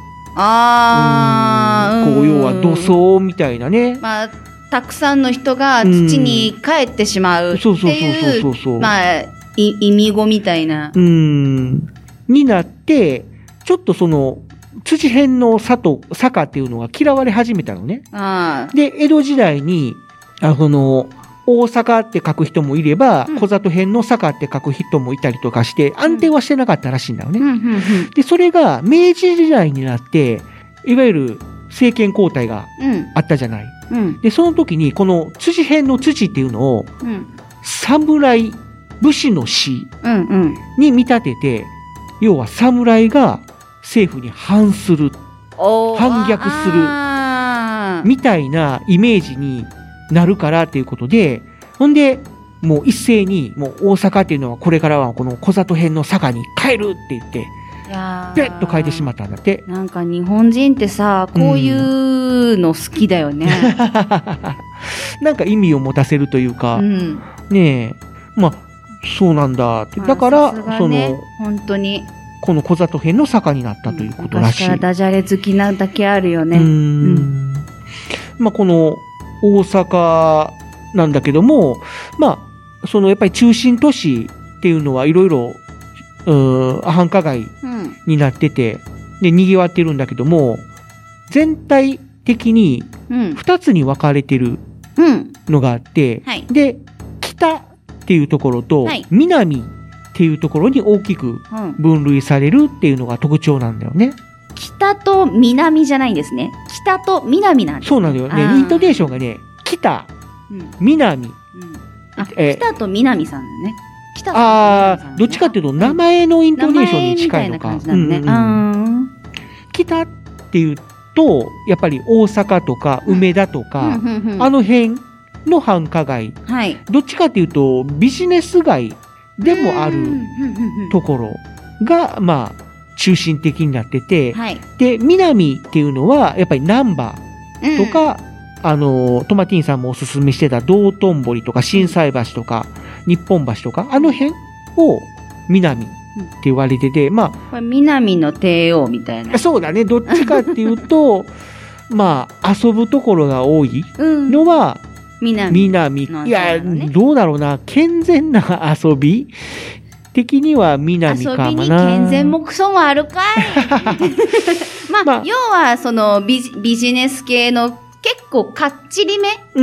ああ、 こう要は土葬みたいなね。 まあ、たくさんの人が土に帰ってしまうっていう、そうそうそうそうそう。まあ、意味語みたいな。 うん。になって、ちょっとその、土辺の里、坂っていうのが嫌われ始めたのね。あで、江戸時代に、あの、大阪って書く人もいれば、うん、小里辺の坂って書く人もいたりとかして、安定はしてなかったらしいんだよね。うんうんうんうん、で、それが明治時代になって、いわゆる政権交代があったじゃない。うん、で、その時に、この土辺の土っていうのを、うん、侍、武士の死に見立てて、うんうん、要は侍が政府に反する、反逆する、みたいなイメージになるからっていうことで、ほんで、もう一斉に、もう大阪っていうのはこれからはこの小里辺の坂に帰るって言って、ペッと変えてしまったんだって。 なんか日本人ってさ、こういうの好きだよね。 うん、なんか意味を持たせるというか、うん、ねえ、まあ、そうなんだって。だから、まあね、その、 本当に。 この小里辺の坂になったということらしい。 昔からダジャレ好きなだけあるよね。 うん。 まあ、この大阪なんだけども、まあ、そのやっぱり中心都市っていうのはいろいろ繁華街になってて、うん、で賑わってるんだけども、全体的にふたつに分かれてるのがあって、うんはい、で北っていうところと南っていうところに大きく分類されるっていうのが特徴なんだよね。 北と南じゃないんですね。北と南なんですね。 そうなんだよね。イントネーションがね、北、うん、南、うん、 あ、え北と南さんだね。北と南さん、ね、ああ、どっちかっていうと名前のイントネーションに近いのか。北っていうとやっぱり大阪とか梅田とか、うん、あの辺の繁華街、はい、どっちかっていうとビジネス街でもあるところがまあ中心的になってて、はい、で南っていうのはやっぱり難波とか、うん、あのトマティーンさんもおすすめしてた道頓堀とか心斎橋とか日本橋とかあの辺を南って言われてて、まあこれ南の帝王みたいな。 そうだね。どっちかっていうとまあ遊ぶところが多いのは、うん、南, 南いやどうだろうな、健全な遊び的には南かもな。遊びに健全もクソもあるかいまあ、まあ、要はその ビ, ビジネス系の結構かっちりめ、うん、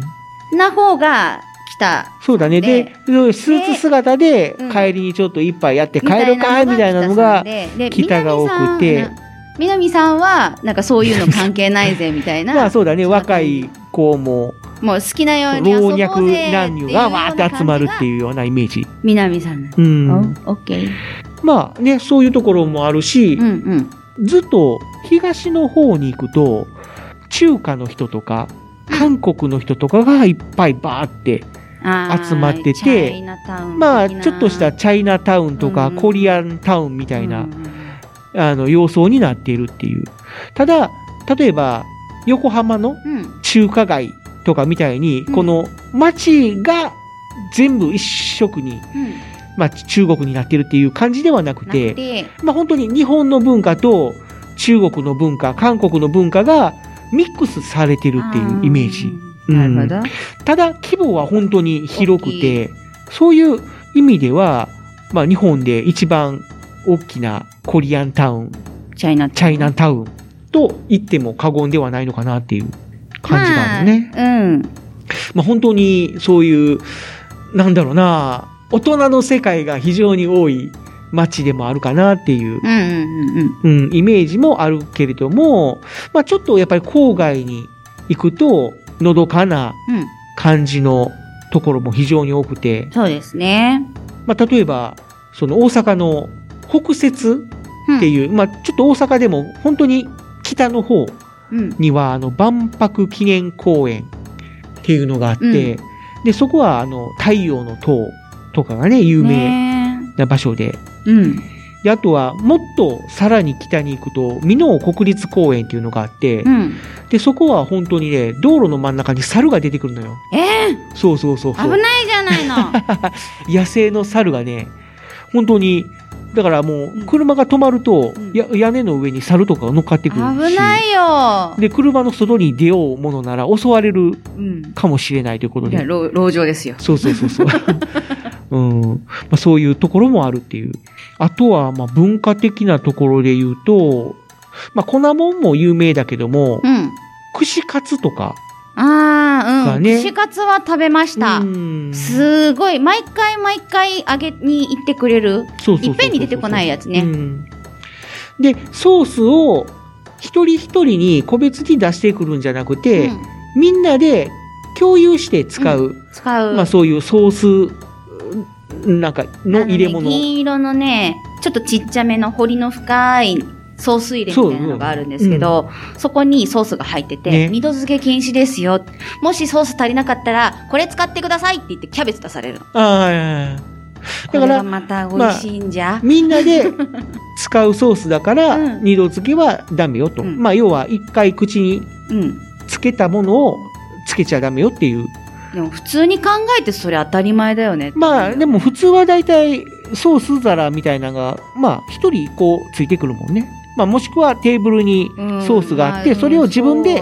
な方が北。 そうだね。でスーツ姿で帰りにちょっと一杯やって帰るかみたいなのが北が多くて、 南さんはなんかそういうの関係ないぜみたいなまあそうだね。若い子ももう好きなように遊ぼうぜ老若男女がわーって集まるっていうようなイメージ。 南さん。 うん。 オッケー。 まあね、そういうところもあるし、うんうん、ずっと東の方に行くと中華の人とか韓国の人とかがいっぱいバーって集まってて、まあちょっとしたチャイナタウンとかコリアンタウンみたいな、うんうん、あの様相になっているっていう。ただ例えば横浜の中華街とかみたいに、うん、この街が全部一色に、うん、まあ中国になってるっていう感じではなくて、てまあ本当に日本の文化と中国の文化、韓国の文化がミックスされてるっていうイメージ。うん、なるほど。ただ規模は本当に広くて、そういう意味では、まあ日本で一番大きなコリアンタウン、 チャイナタウン、チャイナタウンと言っても過言ではないのかなっていう感じがあるね。まあ、うん。まあ本当にそういう、なんだろうな、大人の世界が非常に多い街でもあるかなっていう、うんうんうんうん、イメージもあるけれども、まあちょっとやっぱり郊外に行くと、のどかな感じのところも非常に多くて、 うん、そうですね。 まあ例えば、その大阪の北摂っていう、うん、まあちょっと大阪でも本当に北の方には、あの万博記念公園っていうのがあって、うん、で、そこはあの太陽の塔とかがね、有名な場所で、うん、で、あとはもっとさらに北に行くと、箕面国立公園っていうのがあって、うん、で、そこは本当にね、道路の真ん中に猿が出てくるのよ。 えー、 そうそうそうそう。 危ないじゃないの。 野生の猿がね、本当に、だからもう車が止まると、うん、や屋根の上に猿とかが乗っかってくるし、 危ないよ。 で、車の外に出ようものなら襲われるかもしれないということで、 うん、いや、籠城ですよ。 そうそうそうそう。うん、まあ、そういうところもあるっていう。あとはまあ文化的なところで言うと、まあ粉もんも有名だけども、うん、串カツとか。 ああ、うん。串カツは食べました。うん、すごい。毎回毎回揚げに行ってくれる。そうそうそうそうそう。いっぺんに出てこないやつね。うん、 で、ソースを一人一人に個別に出してくるんじゃなくて、うん、みんなで共有して使う。うん、使う。まあそういうソース、なんかの入れ物。 ね、銀色のね、ちょっとちっちゃめの彫りの深いソース入れみたいなのがあるんですけど、そ, うん、そこにソースが入ってて、ね、二度漬け禁止ですよ。もしソース足りなかったら、これ使ってくださいって言ってキャベツ出されるの。ああ、はいはい。だから、これがまた美味しいんじゃ。まあ、 みんなで使うソースだから、うん、二度漬けはダメよと。うん、まあ要は一回口につけたものをつけちゃダメよっていう。 でも普通に考えてそれ当たり前だよね。 まあでも普通はだいたいソース皿みたいなのがまあ一人こうついてくるもんね。まあもしくはテーブルにソースがあって、それを自分で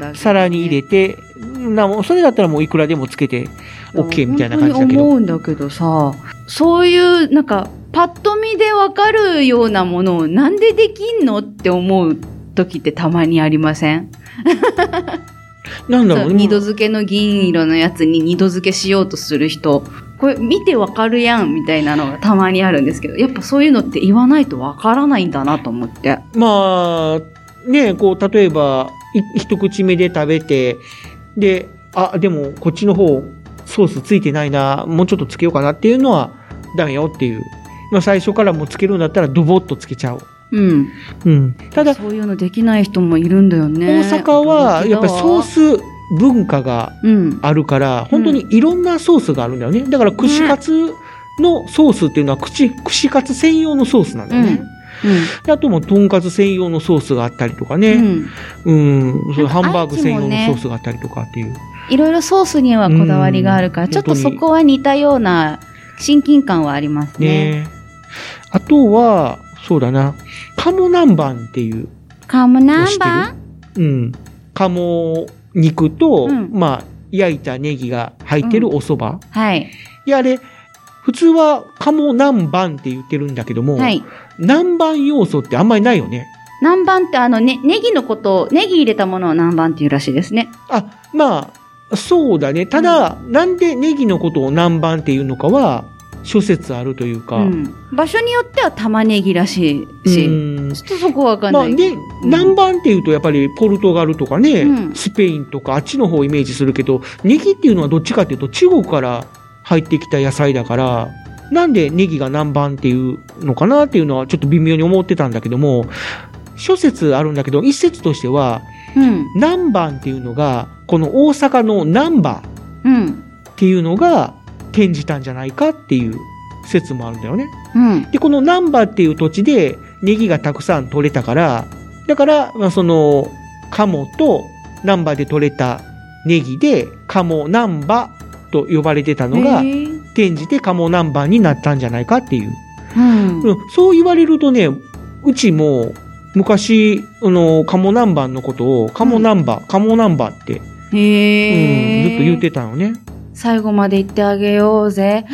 皿に入れて、なもそれだったらもういくらでもつけて OK みたいな感じだけど。 思うんだけどさ、そういうなんかパッと見でわかるようなものをなんでできんのって思う時ってたまにありません？ なんだろうね。 二度漬けの銀色のやつに二度漬けしようとする人、これ見てわかるやんみたいなのがたまにあるんですけど、やっぱそういうのって言わないとわからないんだなと思って。 まあ、ね、こう、例えば、一口目で食べて、で、あ、でもこっちの方ソースついてないな、もうちょっとつけようかなっていうのはダメよっていう。まあ最初からもうつけるんだったらドボッとつけちゃう。 うん。 うん。ただ、 そういうのできない人もいるんだよね。 大阪はやっぱりソース文化があるから、うん、本当にいろんなソースがあるんだよね。だから串カツのソースっていうのは串、串カツ専用のソースなんだよね。うんうん、であともとんかつ専用のソースがあったりとかね、うん、うん、そハンバーグ専用のソースがあったりとかっていう、 いろいろソースにはこだわりがあるから、うん、ちょっとそこは似たような親近感はありますね。ね、 あとはそうだな、鴨南蛮っていう、 鴨南蛮、 うん、鴨肉と、うん、まあ焼いたネギが入ってるお蕎麦、うん、 はい。 いやあれ普通は鴨南蛮って言ってるんだけども、はい、南蛮要素ってあんまりないよね。 南蛮ってあのね、ネギのことを、ネギ入れたものを南蛮っていうらしいですね。 あ、まあ、そうだね。ただ、うん、なんでネギのことを南蛮っていうのかは、諸説あるというか、うん。 場所によっては玉ねぎらしいし、うん、ちょっとそこわかんない。 まあ、で、うん、南蛮っていうとやっぱりポルトガルとかね、うん、スペインとかあっちの方をイメージするけど、ネギっていうのはどっちかっていうと中国から入ってきた野菜だから、なんでネギが南蛮っていうのかなっていうのはちょっと微妙に思ってたんだけども、諸説あるんだけど、一説としては、うん、南蛮っていうのが、この大阪の難波っていうのが転じたんじゃないかっていう説もあるんだよね。うん、で、この難波っていう土地でネギがたくさん取れたから、だから、まあ、その、鴨と難波で取れたネギで、鴨難波と呼ばれてたのが、転じて鴨南蛮になったんじゃないかっていう、うんうん、そう言われるとね、うちも昔あの鴨南蛮のことを鴨南蛮、うん、鴨南蛮って、へー、うん、ずっと言ってたのね。 最後まで言ってあげようぜ。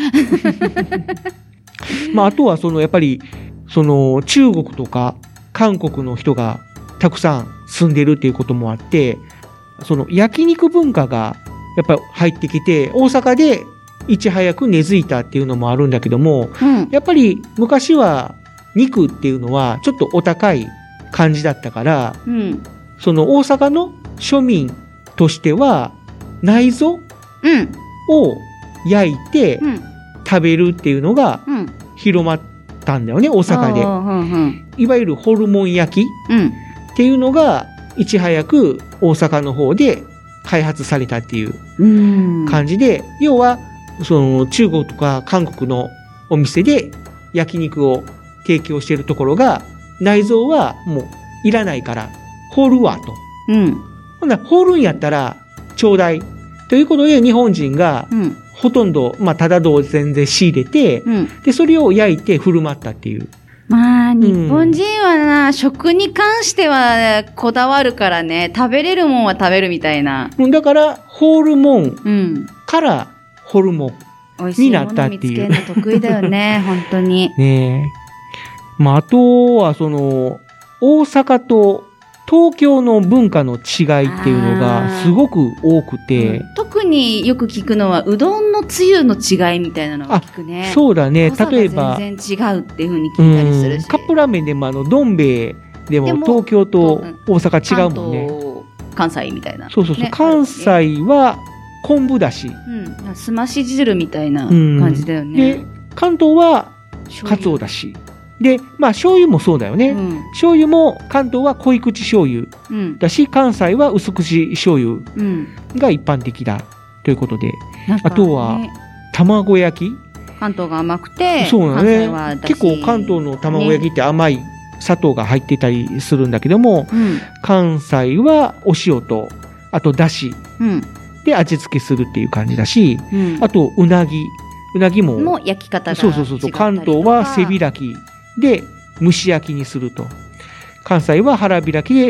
まああとはそのやっぱりその中国とか韓国の人がたくさん住んでるっていうこともあって、その焼肉文化がやっぱり入ってきて、大阪でいち早く根付いたっていうのもあるんだけども、うん、やっぱり昔は肉っていうのはちょっとお高い感じだったから、うん、その大阪の庶民としては内臓を焼いて食べるっていうのが広まったんだよね、大阪で、うんうん、いわゆるホルモン焼きっていうのがいち早く大阪の方で開発されたっていう感じで、うん、要はその中国とか韓国のお店で焼肉を提供しているところが、内臓はもういらないから放るわと。うん。ほんなら放るんやったらちょうだいということで、日本人がほとんど、まあただ同然で仕入れて、うん、でそれを焼いて振る舞ったっていう。 まあ日本人はな、うん、食に関してはこだわるからね、食べれるもんは食べるみたいな。 だからホルモンから、うん、ホルモンになったっていう。美味しいもの見つけるの得意だよね、本当に。 ねえ。まあ、あとは、その、大阪と東京の文化の違いっていうのがすごく多くて、うん、 特によく聞くのは、うどんのつゆの違いみたいなのが聞くね。 そうだね。例えば。 全然違うっていうふうに聞いたりするし。 カップラーメンでも、あの、どん兵衛でも東京と大阪違うもんね。 関西みたいな。 そうそうそう。ね、関西は、昆布だし、 うん、すまし汁みたいな感じだよね。 うん、で関東はかつおだしで、まあ醤油もそうだよね。うん、醤油も関東は濃い口醤油だし、うん、関西は薄口醤油が一般的だということで、うんね、あとは卵焼き。 関東が甘くて、 そうだね。結構関東の卵焼きって甘い、ね、砂糖が入ってたりするんだけども、うん、関西はお塩とあとだし。うんで味付けするっていう感じだし、うん、あとうなぎうなぎもも焼き方がそうそうそうそう関東は背開きで蒸し焼きにすると、関西は腹開きで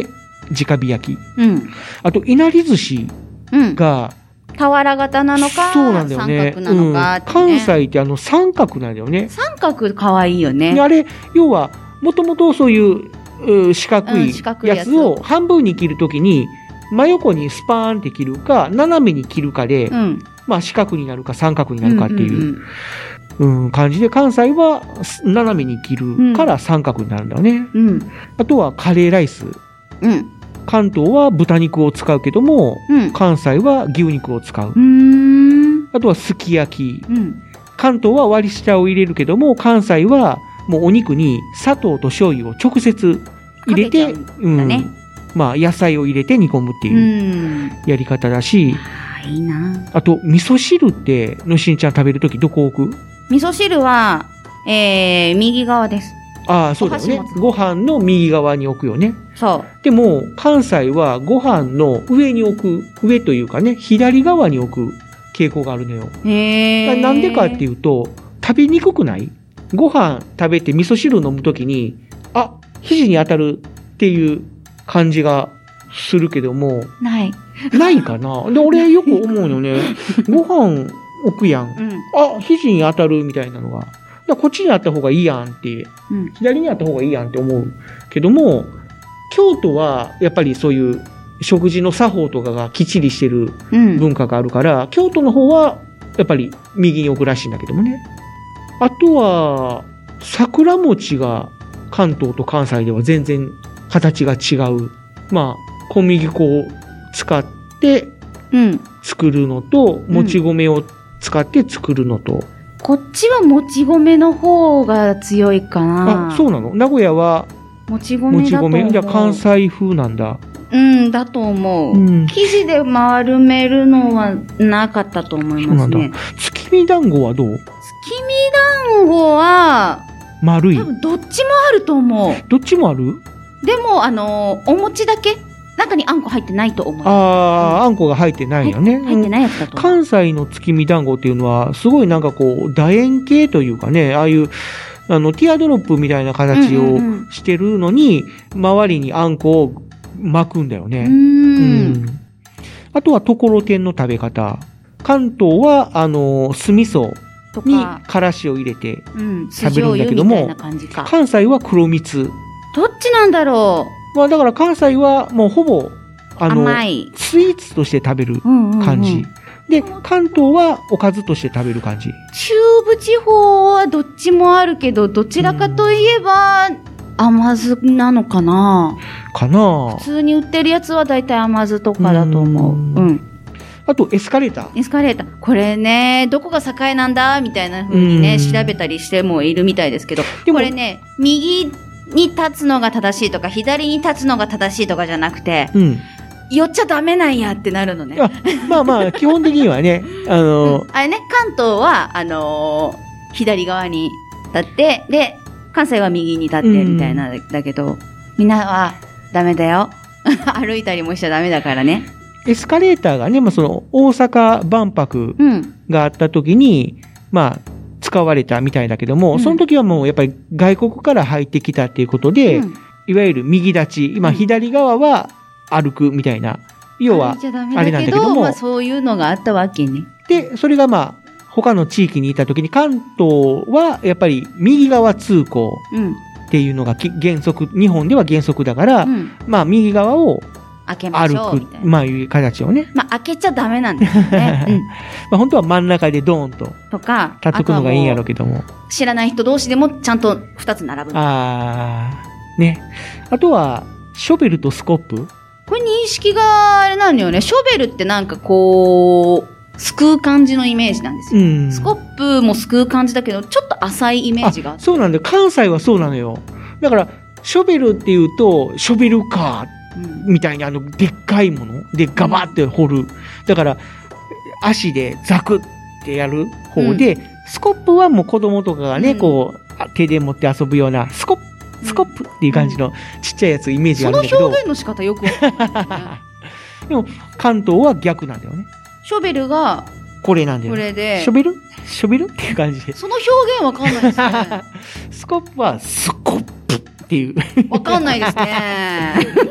直火焼き。 うん。 あと、いなり寿司が、 うん、俵型なのか、 そうなんだよね、 三角なのかって、ね、 うん。関西ってあの三角なんだよね。 三角かわいいよね。 あれ、要は、もともとそういう四角いやつを半分に切るときに、真横にスパーンって切るか、斜めに切るかで、うん、まあ四角になるか三角になるかっていう、うんうんうん、感じで、関西は斜めに切るから三角になるんだよね。うん、あとはカレーライス。うん、関東は豚肉を使うけども、うん、関西は牛肉を使う。うーん、あとはすき焼き。うん、関東は割り下を入れるけども、関西はもうお肉に砂糖と醤油を直接入れて、うん、まあ野菜を入れて煮込むっていうやり方だし、 あ、いいな。 あと味噌汁ってのしんちゃん食べるときどこ置く？ 味噌汁は、えー、右側です。 ああ、そうだよね。ご飯の右側に置くよね。 そう。 でも関西はご飯の上に置く、上というかね、左側に置く傾向があるのよ。へー。なんでかっていうと、食べにくくない？ご飯食べて味噌汁飲むときに、あ、肘に当たるっていう感じがするけども。 ない。 ないかな。で、俺よく思うよね。ご飯置くやん。うん、あ、肘に当たるみたいなのが。だこっちにあった方がいいやんって、うん、左にあった方がいいやんって思うけども、京都はやっぱりそういう食事の作法とかがきっちりしてる文化があるから、うん、京都の方はやっぱり右に置くらしいんだけどもね。あとは、桜餅が関東と関西では全然形が違う。まあ、小麦粉を使って作るのと、うん、もち米を使って作るのと、うん、 こっちはもち米の方が強いかな。 あ、そうなの？名古屋はもち米だと思う。もち米。 じゃあ関西風なんだ。 うん、だと思う。うん、生地で丸めるのはなかったと思いますね。そうなんだ。 月見団子はどう？ 月見団子は丸い。 多分どっちもあると思う。 どっちもある？ でもあのお餅だけ中にあんこ入ってないと思います。 ああ、うん、あんこが入ってないよね。 入ってないやつだと思う。 関西の月見団子っていうのはすごいなんかこう楕円形というかね、ああいうあのティアドロップみたいな形をしてるのに、うんうんうん、周りにあんこを巻くんだよね。うんうん、あとはところてんの食べ方。関東はあの酢味噌にからしを入れて食べるんだけども、うん、関西は黒蜜。 どっちなんだろう。まあだから関西はもうほぼあの甘いスイーツとして食べる感じ、うんうんうん、で関東はおかずとして食べる感じ。 中部地方はどっちもあるけど、どちらかといえば甘酢なのかな。 かな。 普通に売ってるやつはだいたい甘酢とかだと思う。うん。うん、 あとエスカレーター。 エスカレーター。これね、どこが境なんだみたいな風にね調べたりしてもいるみたいですけど、これね右に立つのが正しいとか左に立つのが正しいとかじゃなくて、うん、寄っちゃダメなんやってなるのね。 あ、まあまあ基本的にはね、あのーうん、あれね、関東はあのー、左側に立ってで関西は右に立ってみたいな、うん、だけどみんなはダメだよ歩いたりもしちゃダメだからね。 エスカレーターがね、まあ、その大阪万博があった時に、うん、まあ使われたみたいだけども、うん、その時はもうやっぱり外国から入ってきたっていうことで、うん、いわゆる右立ち、今左側は歩くみたいな、要はあれなんだけども、 まあ、そういうのがあったわけね。 で、それがまあ他の地域にいた時に関東はやっぱり右側通行っていうのが原則、日本では原則だから、うん、まあ右側を開けましょうみたいな。 まあいう形をね。 まあ開けちゃダメなんですよね。うん、まあ本当は真ん中でドーンと。 とか。 立っとくのがいいんやろうけども。 知らない人同士でもちゃんと二つ並ぶ。 ああ。ね。あとは、ショベルとスコップ。 これ認識があれなんだよね。ショベルってなんかこう、すくう感じのイメージなんですよ。うん、スコップもすくう感じだけど、ちょっと浅いイメージがあって。 そうなんだよ。関西はそうなのよ。だから、ショベルっていうと、ショベルカー。みたいにあのでっかいものでガバって掘る、うん、だから足でザクってやる方で、うん、スコップはもう子供とかがね、うん、こう手で持って遊ぶようなスコップスコップっていう感じのちっちゃいやつイメージがあるんだけど、 その表現の仕方よくわかんない、ね、 でも関東は逆なんだよね。 ショベルがこれなんだよ。 これでショベルショベルっていう感じで、 その表現わかんないですね。 スコップはスコップっていうわかんないですね。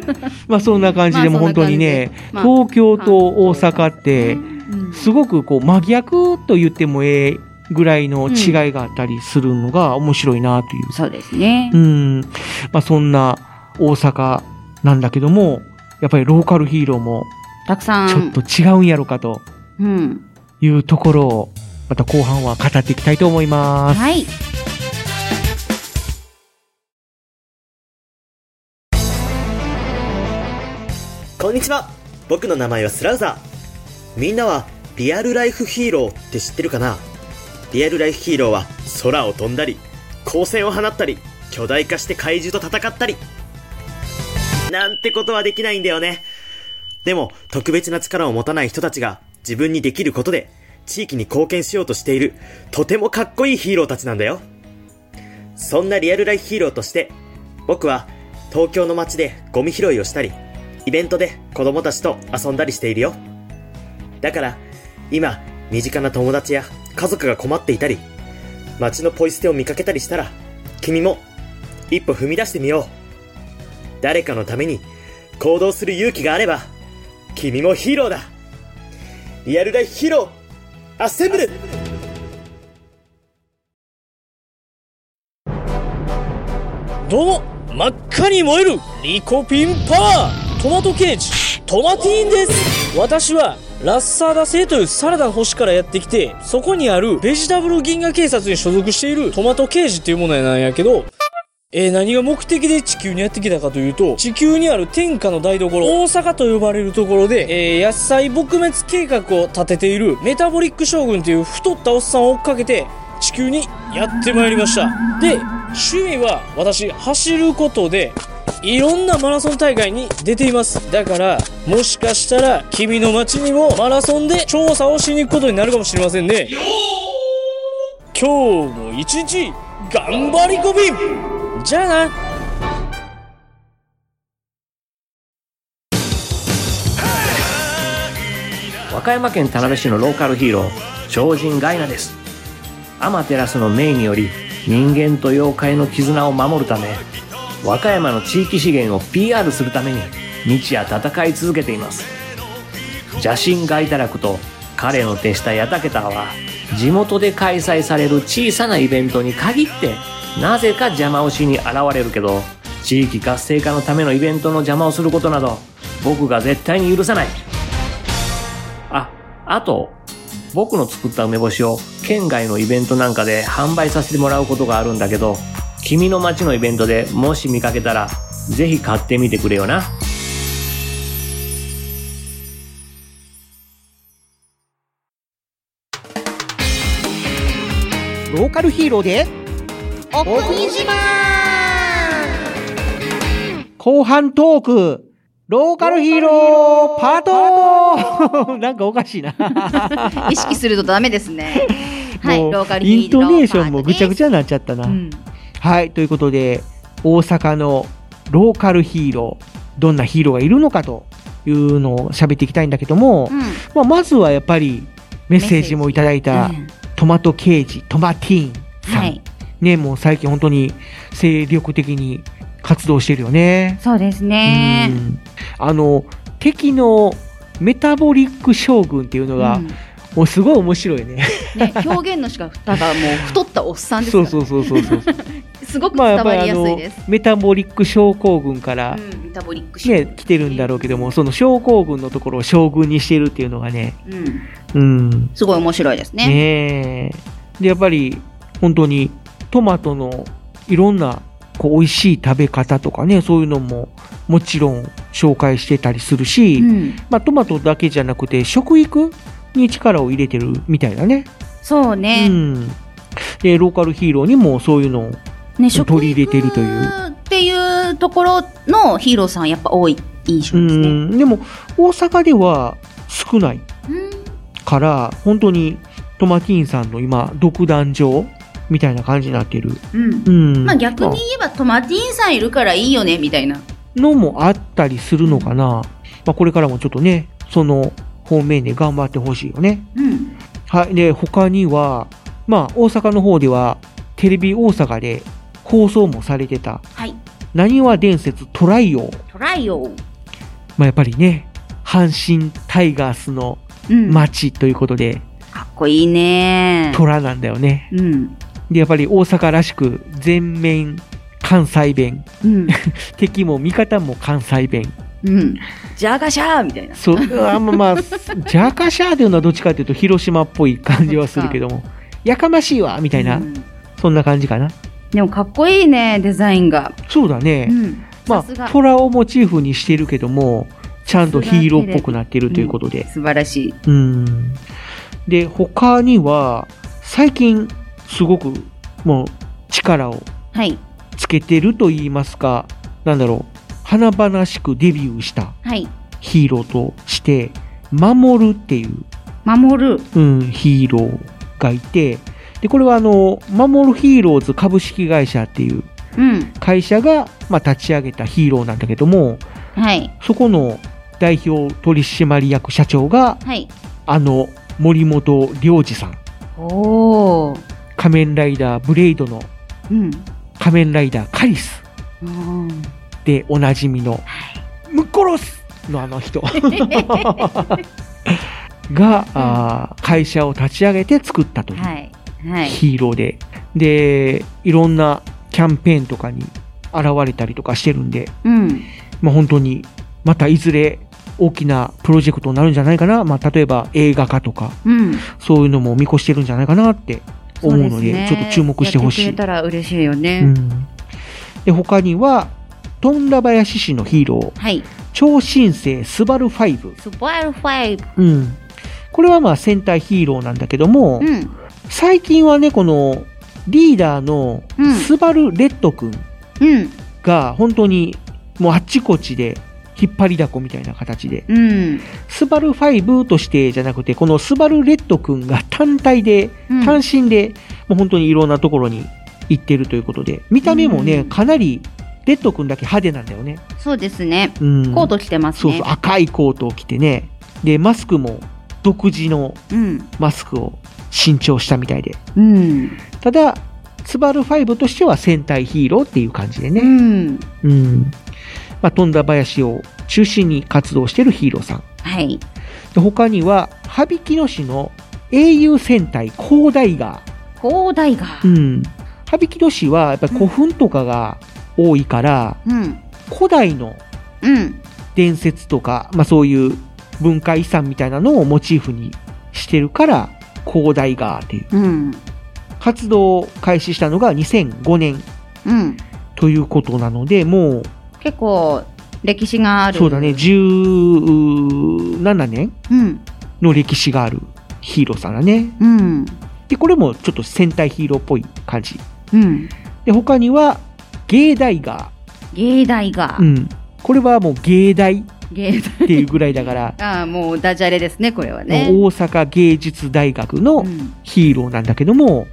まあそんな感じでも本当にね、まあ、東京と大阪ってすごくこう真逆と言ってもええぐらいの違いがあったりするのが面白いなという、 うん、そうですね。 うん、まあそんな大阪なんだけども、やっぱりローカルヒーローもたくさんちょっと違うんやろかというところをまた後半は語っていきたいと思います。 はい。 こんにちは。僕の名前はスラウザー。みんなはリアルライフヒーローって知ってるかな？リアルライフヒーローは空を飛んだり、光線を放ったり、巨大化して怪獣と戦ったりなんてことはできないんだよね。でも特別な力を持たない人たちが自分にできることで地域に貢献しようとしている、とてもかっこいいヒーローたちなんだよ。そんなリアルライフヒーローとして僕は東京の街でゴミ拾いをしたり、イベントで子供たちと遊んだりしているよ。だから今身近な友達や家族が困っていたり、街のポイ捨てを見かけたりしたら、君も一歩踏み出してみよう。誰かのために行動する勇気があれば君もヒーローだ。リアルライフヒーローアッセンブル。 どうも、真っ赤に燃えるリコピンパワートマトケージトマティーンです。私はラッサーダ星というサラダの星からやってきて、そこにあるベジタブル銀河警察に所属しているトマトケージっていうものなんやけど、えー、何が目的で地球にやってきたかというと、地球にある天下の台所、大阪と呼ばれるところで、えー、野菜撲滅計画を立てているメタボリック将軍という太ったおっさんを追っかけて、地球にやってまいりました。で、趣味は私、走ることで、いろんなマラソン大会に出ています。だから、もしかしたら、君の街にもマラソンで調査をしに行くことになるかもしれませんね。今日も一日、頑張りこびん！じゃあな。 和歌山県田辺市のローカルヒーロー、超人ガイナです。アマテラスの命により、人間と妖怪の絆を守るため、和歌山の地域資源を ピーアール するために日夜戦い続けています。邪神ガイタラクと彼の手下ヤタケタは、地元で開催される小さなイベントに限ってなぜか邪魔をしに現れるけど、地域活性化のためのイベントの邪魔をすることなど僕が絶対に許さない。あ、あと僕の作った梅干しを県外のイベントなんかで販売させてもらうことがあるんだけど、君の街のイベントでもし見かけたらぜひ買ってみてくれよな。 ローカルヒーローでお国自慢。 後半トークローカルヒーローパートなんかおかしいな意識するとダメですね。はい、ローカルヒーローイントネーションもぐちゃぐちゃになっちゃったな、うん、はいということで大阪のローカルヒーロー、どんなヒーローがいるのかというのを喋っていきたいんだけども、うん、まあ、まずはやっぱりメッセージもいただいたトマトケージトマティーンさん、はい、ね、もう最近本当に精力的に活動してるよね。 そうですね。 うん、あの敵のメタボリック将軍っていうのが、うん、もうすごい面白いね。 ね、表現の仕方がもう太ったおっさんですから、ね、 そうそうそうそうそうすごく伝わりやすいです。 まあ、メタボリック症候群から、 うん、メタボリック症候群、 ね、来てるんだろうけども、その症候群のところを将軍にしているっていうのがね、うんうん、 すごい面白いですね。 ねでやっぱり本当にトマトのいろんなこう美味しい食べ方とかね、そういうのももちろん紹介してたりするし、うん、まあ、トマトだけじゃなくて食育に力を入れてるみたいだね。 そうね、 うん、でローカルヒーローにもそういうのを取り入れてるという、 ね、っていうところのヒーローさんやっぱ多い印象ですね。うん、 でも大阪では少ないから、本当にトマティーンさんの今独壇場みたいな感じになってる、 うんうん、まあ、逆に言えばトマティーンさんいるからいいよねみたいなのもあったりするのかな、まあ、これからもちょっとねその方面で頑張ってほしいよね、うん、はい。で他にはまあ大阪の方ではテレビ大阪で放送もされてた、はい、なにわ伝説トライ王、トライオ。 まあ、やっぱりね、阪神タイガースの街ということで、うん、 かっこいいね。 虎なんだよね。 うん。 で、やっぱり大阪らしく全面関西弁。うん、敵も味方も関西弁。 うん。ジャガシャーみたいな。 そう、あんままあ、ジャガシャーというのはどっちかというと広島っぽい感じはするけども、やかましいわみたいな、うん、そんな感じかな。 でもかっこいいね、デザインが。 そうだね。うん、まあ、虎をモチーフにしてるけども、ちゃんとヒーローっぽくなってるということで。 うん、素晴らしい。 うん。で、他には、最近、すごく、もう、力をつけてると言いますか、はい、なんだろう、華々しくデビューしたヒーローとして、守るっていう、 守る、 うん、ヒーローがいて、で、これはあの、守るヒーローズ株式会社っていう会社が、まあ、立ち上げたヒーローなんだけども、 はい、 そこの代表取締役社長が、 はい、 あの、森本良二さん。 おー。 仮面ライダーブレイドの、 うん、 仮面ライダーカリス。で、おなじみの、ムッコロスのあの人が、あ、会社を立ち上げて作ったという、 はいはい、 ヒーローで、で、いろんなキャンペーンとかに現れたりとかしてるんで、 うん、 まあ本当に、またいずれ大きなプロジェクトになるんじゃないかな。まあ例えば映画化とか、 うん、 そういうのも見越してるんじゃないかなって思うので、 ね、 ちょっと注目してほしい。 やってくれたら嬉しいよね。 うん、で、他には、富田林市のヒーロー、 はい、 超新星スバルファイブ。 スバルファイブ。 うん。これはまあ戦隊ヒーローなんだけども、 うん、 最近はね、このリーダーのスバルレッド君が本当にもうあっちこっちで引っ張りだこみたいな形で、 うん、 スバルファイブとしてじゃなくて、このスバルレッド君が単体で、 うん、 単身でもう本当にいろんなところに行ってるということで、見た目もね、うん、かなりレッド君だけ派手なんだよね。 そうですね。 うん、 コート着てますね。 そうそう、赤いコートを着てね。で、マスクも独自のマスクを新調したみたいで。 うん、 ただ、スバルファイブとしては戦隊ヒーローっていう感じでね。 うん。 うん。まあ、富田林を中心に活動しているヒーローさん。 はい。 で、他には、羽曳野市の英雄戦隊広大河。 広大河。 うん。羽曳野市はやっぱり古墳とかが多いから、 うん、 古代の伝説とか、うん、まあそういう文化遺産みたいなのをモチーフにしてるから、広大河っていう、 うん、 活動を開始したのがにせんごねん、 うん、 ということなので、もう結構歴史がある。 そうだね、じゅうななねんの歴史があるヒーローさんだね。 うん、 で、これもちょっと戦隊ヒーローっぽい感じ。 うん、 で、他には芸大河。 芸大河。 うん。これはもう芸大芸大っていうぐらいだから。 ああ、もうダジャレですね、これはね。 大阪芸術大学のヒーローなんだけども、 うん、はい、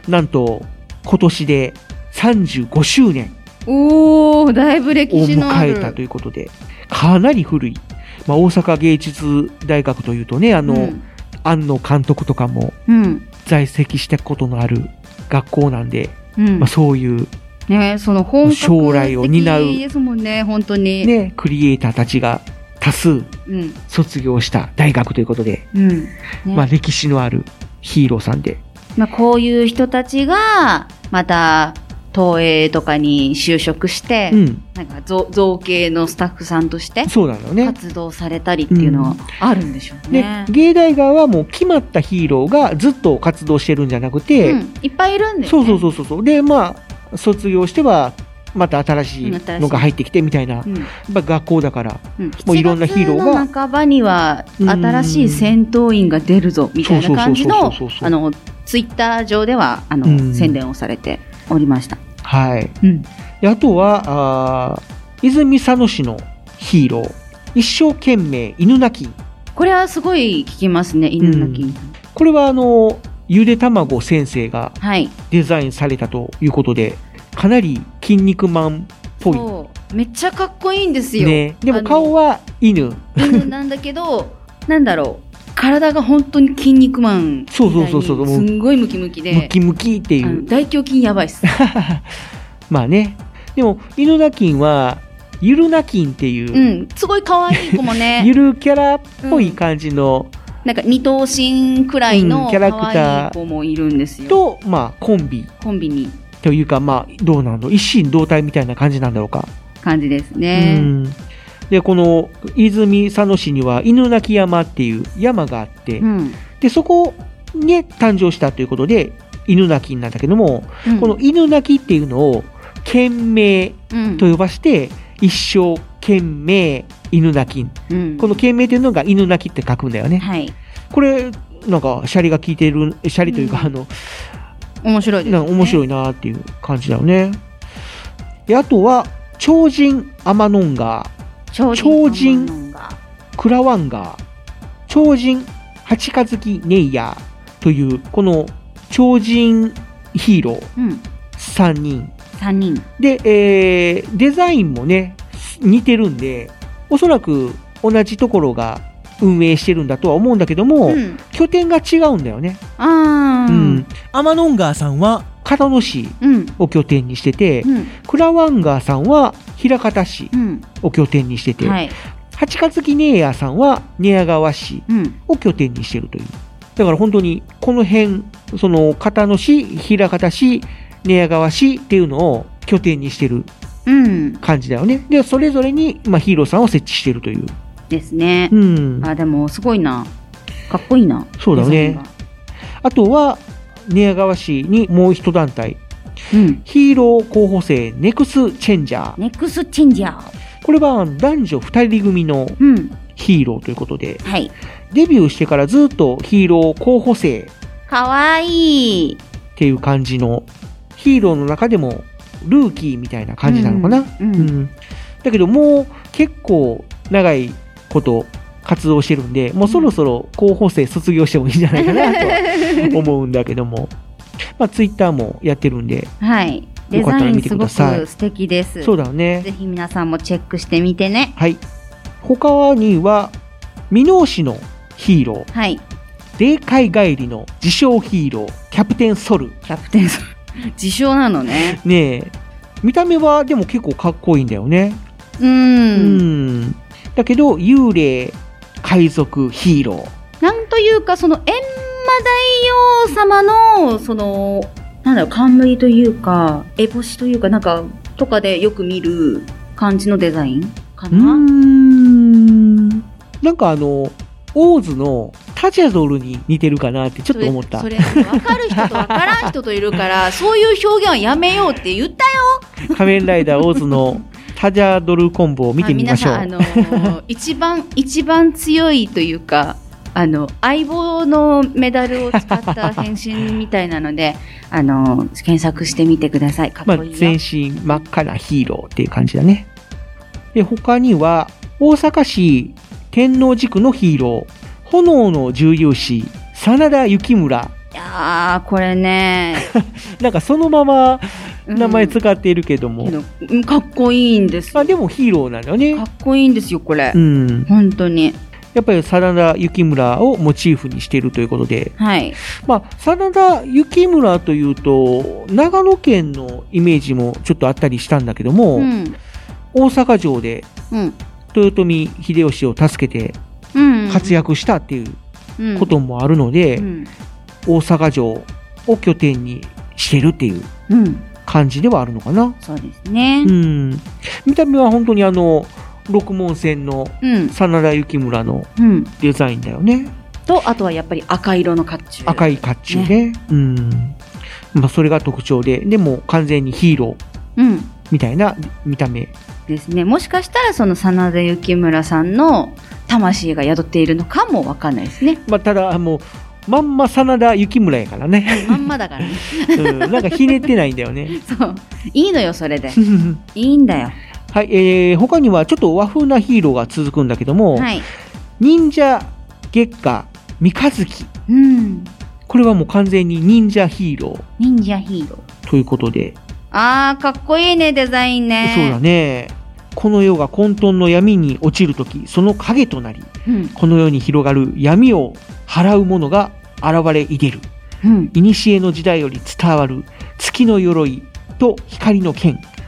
なんと今年でさんじゅうごしゅうねん。 おー、だいぶ歴史のある。 を迎えたということで、かなり古い。まあ、大阪芸術大学というとね、あの、うん、庵野監督とかも在籍したことのある学校なんで、うん、まあ、そういうね、その本格的将来を担うですもんね、本当にね、クリエイターたちが多数卒業した大学ということで、 うんね、 まあ歴史のあるヒーローさんで、 まあ、こういう人たちがまた東映とかに就職して、うん、なんか造造形のスタッフさんとして活動されたりっていうのはあるんでしょうね。 で、芸大側はもう決まったヒーローがずっと活動してるんじゃなくて、うん、 いっぱいいるんですね。 そうそうそうそう。で、まあ卒業してはまた新しいのが入ってきてみたいな、うん、やっぱ学校だから、うん、もういろんなヒーローがしちがつの半ばには新しい戦闘員が出るぞみたいな感じのあのツイッター上ではあの、うん、宣伝をされておりました。 はい、 うん、 であとはあ泉佐野市のヒーロー一生懸命犬鳴き。 これはすごい聞きますね、犬鳴き、うん、 これはあのゆでたまご先生がデザインされたということで、はい、かなり筋肉マンっぽい。 そうめっちゃかっこいいんですよ、 ね、でも顔は犬犬なんだけどなんだろう、体が本当に筋肉マンみたいにそうそうそうそう、 すんごいムキムキでムキムキっていう大胸筋やばいっすまあね、でも犬鳴きはゆるなきんっていう、 うん、すごい可愛い子もねゆるキャラっぽい感じの、うん、 なんか二頭身くらいの可愛い子もいるんですよ、 と、まあ、コンビコンビにというか、まあ、どうなんだろう、一心同体みたいな感じなんだろうか感じですね。 うん、でこの泉佐野市には犬鳴山っていう山があって、うん、でそこに誕生したということで犬鳴なんだけども、うん、この犬鳴っていうのを県名と呼ばして、うん、一生県名犬鳴、うん、この県名というのが犬鳴って書くんだよね、はい、これなんかシャリが効いてるシャリというか、うん、あの面白いですね。 なんか面白いなっていう感じだよね。であとは超人天のんが超人クラワンガー超人八日月ネイヤーというこの超人ヒーローさんにん、 うん、さんにんで、えー、デザインもね似てるんでおそらく同じところが運営してるんだとは思うんだけども、うん、拠点が違うんだよね。 あ、うん、 天のんがーさんは片野市を拠点にしてて、うん、クラワンガーさんは枚方市を拠点にしてて、うんはい、八日月ネーヤーさんは寝屋川市を拠点にしてるという。だから本当にこの辺、その片野市、枚方市、寝屋川市っていうのを拠点にしてる感じだよね。で、それぞれに、まあ、ヒーローさんを設置してるという。 ですね。 うん。 あ、でもすごいな。かっこいいな。 そうだね。あとは、寝屋川市にもう一団体、うん、ヒーロー候補生ネクスチェンジャー。 ネクスチェンジャー。 これは男女二人組のヒーローということで、うんはい、デビューしてからずっとヒーロー候補生。 かわいい。 っていう感じの、ヒーローの中でもルーキーみたいな感じなのかな。うんうんうん、だけどもう結構長いこと活動してるんで、もうそろそろ候補生卒業してもいいんじゃないかなと思うんだけども、まあツイッターもやってるんで、 はい、デザインすごく素敵です。 そうだよね。 ぜひ皆さんもチェックしてみてね。 はい。他には箕面市のヒーロー、はい、霊界帰りの自称ヒーローキャプテンソル。 キャプテンソル自称なのね。 ねえ、見た目はでも結構かっこいいんだよね。 うーん。 うんだけど幽霊海賊ヒーローなんというかその閻魔大王様のそのなんだろう冠というか烏帽子というかなんかとかでよく見る感じのデザインかな。うーんなんかあのオーズのタジャドルに似てるかなってちょっと思った。 それ分かる人と分からん人といるからそういう表現はやめようって言ったよ。 仮面ライダーオーズのタジャドルコンボを見てみましょう。 あ皆さん、あのー、一番一番強いというかあの相棒のメダルを使った変身みたいなのであのー、検索してみてください。かっこいいよ。 まあ、全身真っ赤なヒーローっていう感じだね。で他には大阪市天王寺区のヒーロー炎の重勇士真田幸村。 いやーこれねなんかそのまま名前使っているけども、 うん、かっこいいんですよ。 あでもヒーローなんだよね。 かっこいいんですよこれ、 うん、 本当にやっぱり真田幸村をモチーフにしているということで、 はい、 まあ真田幸村というと長野県のイメージもちょっとあったりしたんだけども、うん、大阪城で豊臣秀吉を助けて活躍したっていうこともあるので、うんうん、大阪城を拠点にしてるっていう感じではあるのかな。 そうですね。 うん。見た目は本当にあの六門線の真田幸村のデザインだよね。 うん、とあとはやっぱり赤色の甲冑。 赤い甲冑ね。ねうん。まあそれが特徴で、でも完全にヒーローみたいな見た目、 うん、ですね。もしかしたらその真田幸村さんの魂が宿っているのかもわかんないですね。 まあただもう。まんま真田幸村やからね。 まんまだからね。 うん、なんかひねってないんだよね。 そう。いいのよ、それで。いいんだよ。 はい、えー、他にはちょっと和風なヒーローが続くんだけども、はい、忍者月下三日月。うん。これはもう完全に忍者ヒーロー。 忍者ヒーロー。ということで。 あー、かっこいいね、デザインね。 そうだね。この世が混沌の闇に落ちるとき、その影となり、うん、この世に広がる闇を払う者が現れいでる。いにしえの時代より伝わる月の鎧と光の剣、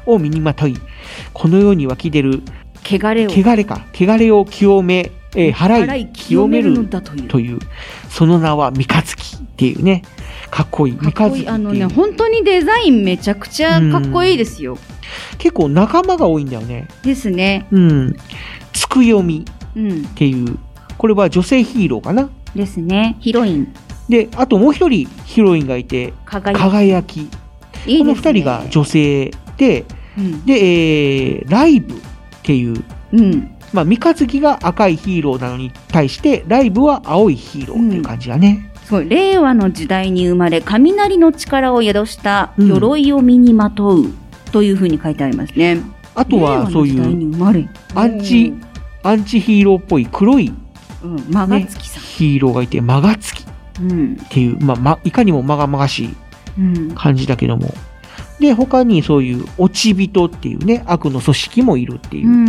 を身にまとい、この世に湧き出る汚れを汚れか汚れを清め、えー、払い、 払い清めるのだというという、その名は三日月っていうね、かっこいい。三日月。 あのね、本当にデザインめちゃくちゃかっこいいですよ。 結構仲間が多いんだよね。 ですね。 うん。つくよみっていう、うん、これは女性ヒーローかな。 ですね。ヒロイン。 で、あともう一人ヒロインがいて、輝き。輝き。いいですね。この二人が女性で、うん、で、えー、ライブっていう、うん。まあ、三日月が赤いヒーローなのに対して、ライブは青いヒーローっていう感じだね。 うん、そう、令和の時代に生まれ、雷の力を宿した鎧を身にまとうというふうに書いてありますね。うん、 あとは、そういう、アンチ、アンチヒーローっぽい黒い、 うん、マガツキさん、ね。 ヒーローがいて、マガツキっていう、うん、まあ、ま、いかにもまがまがしい感じだけども。うん、で、他にそういう落ち人っていうね、悪の組織もいるっていう。うん。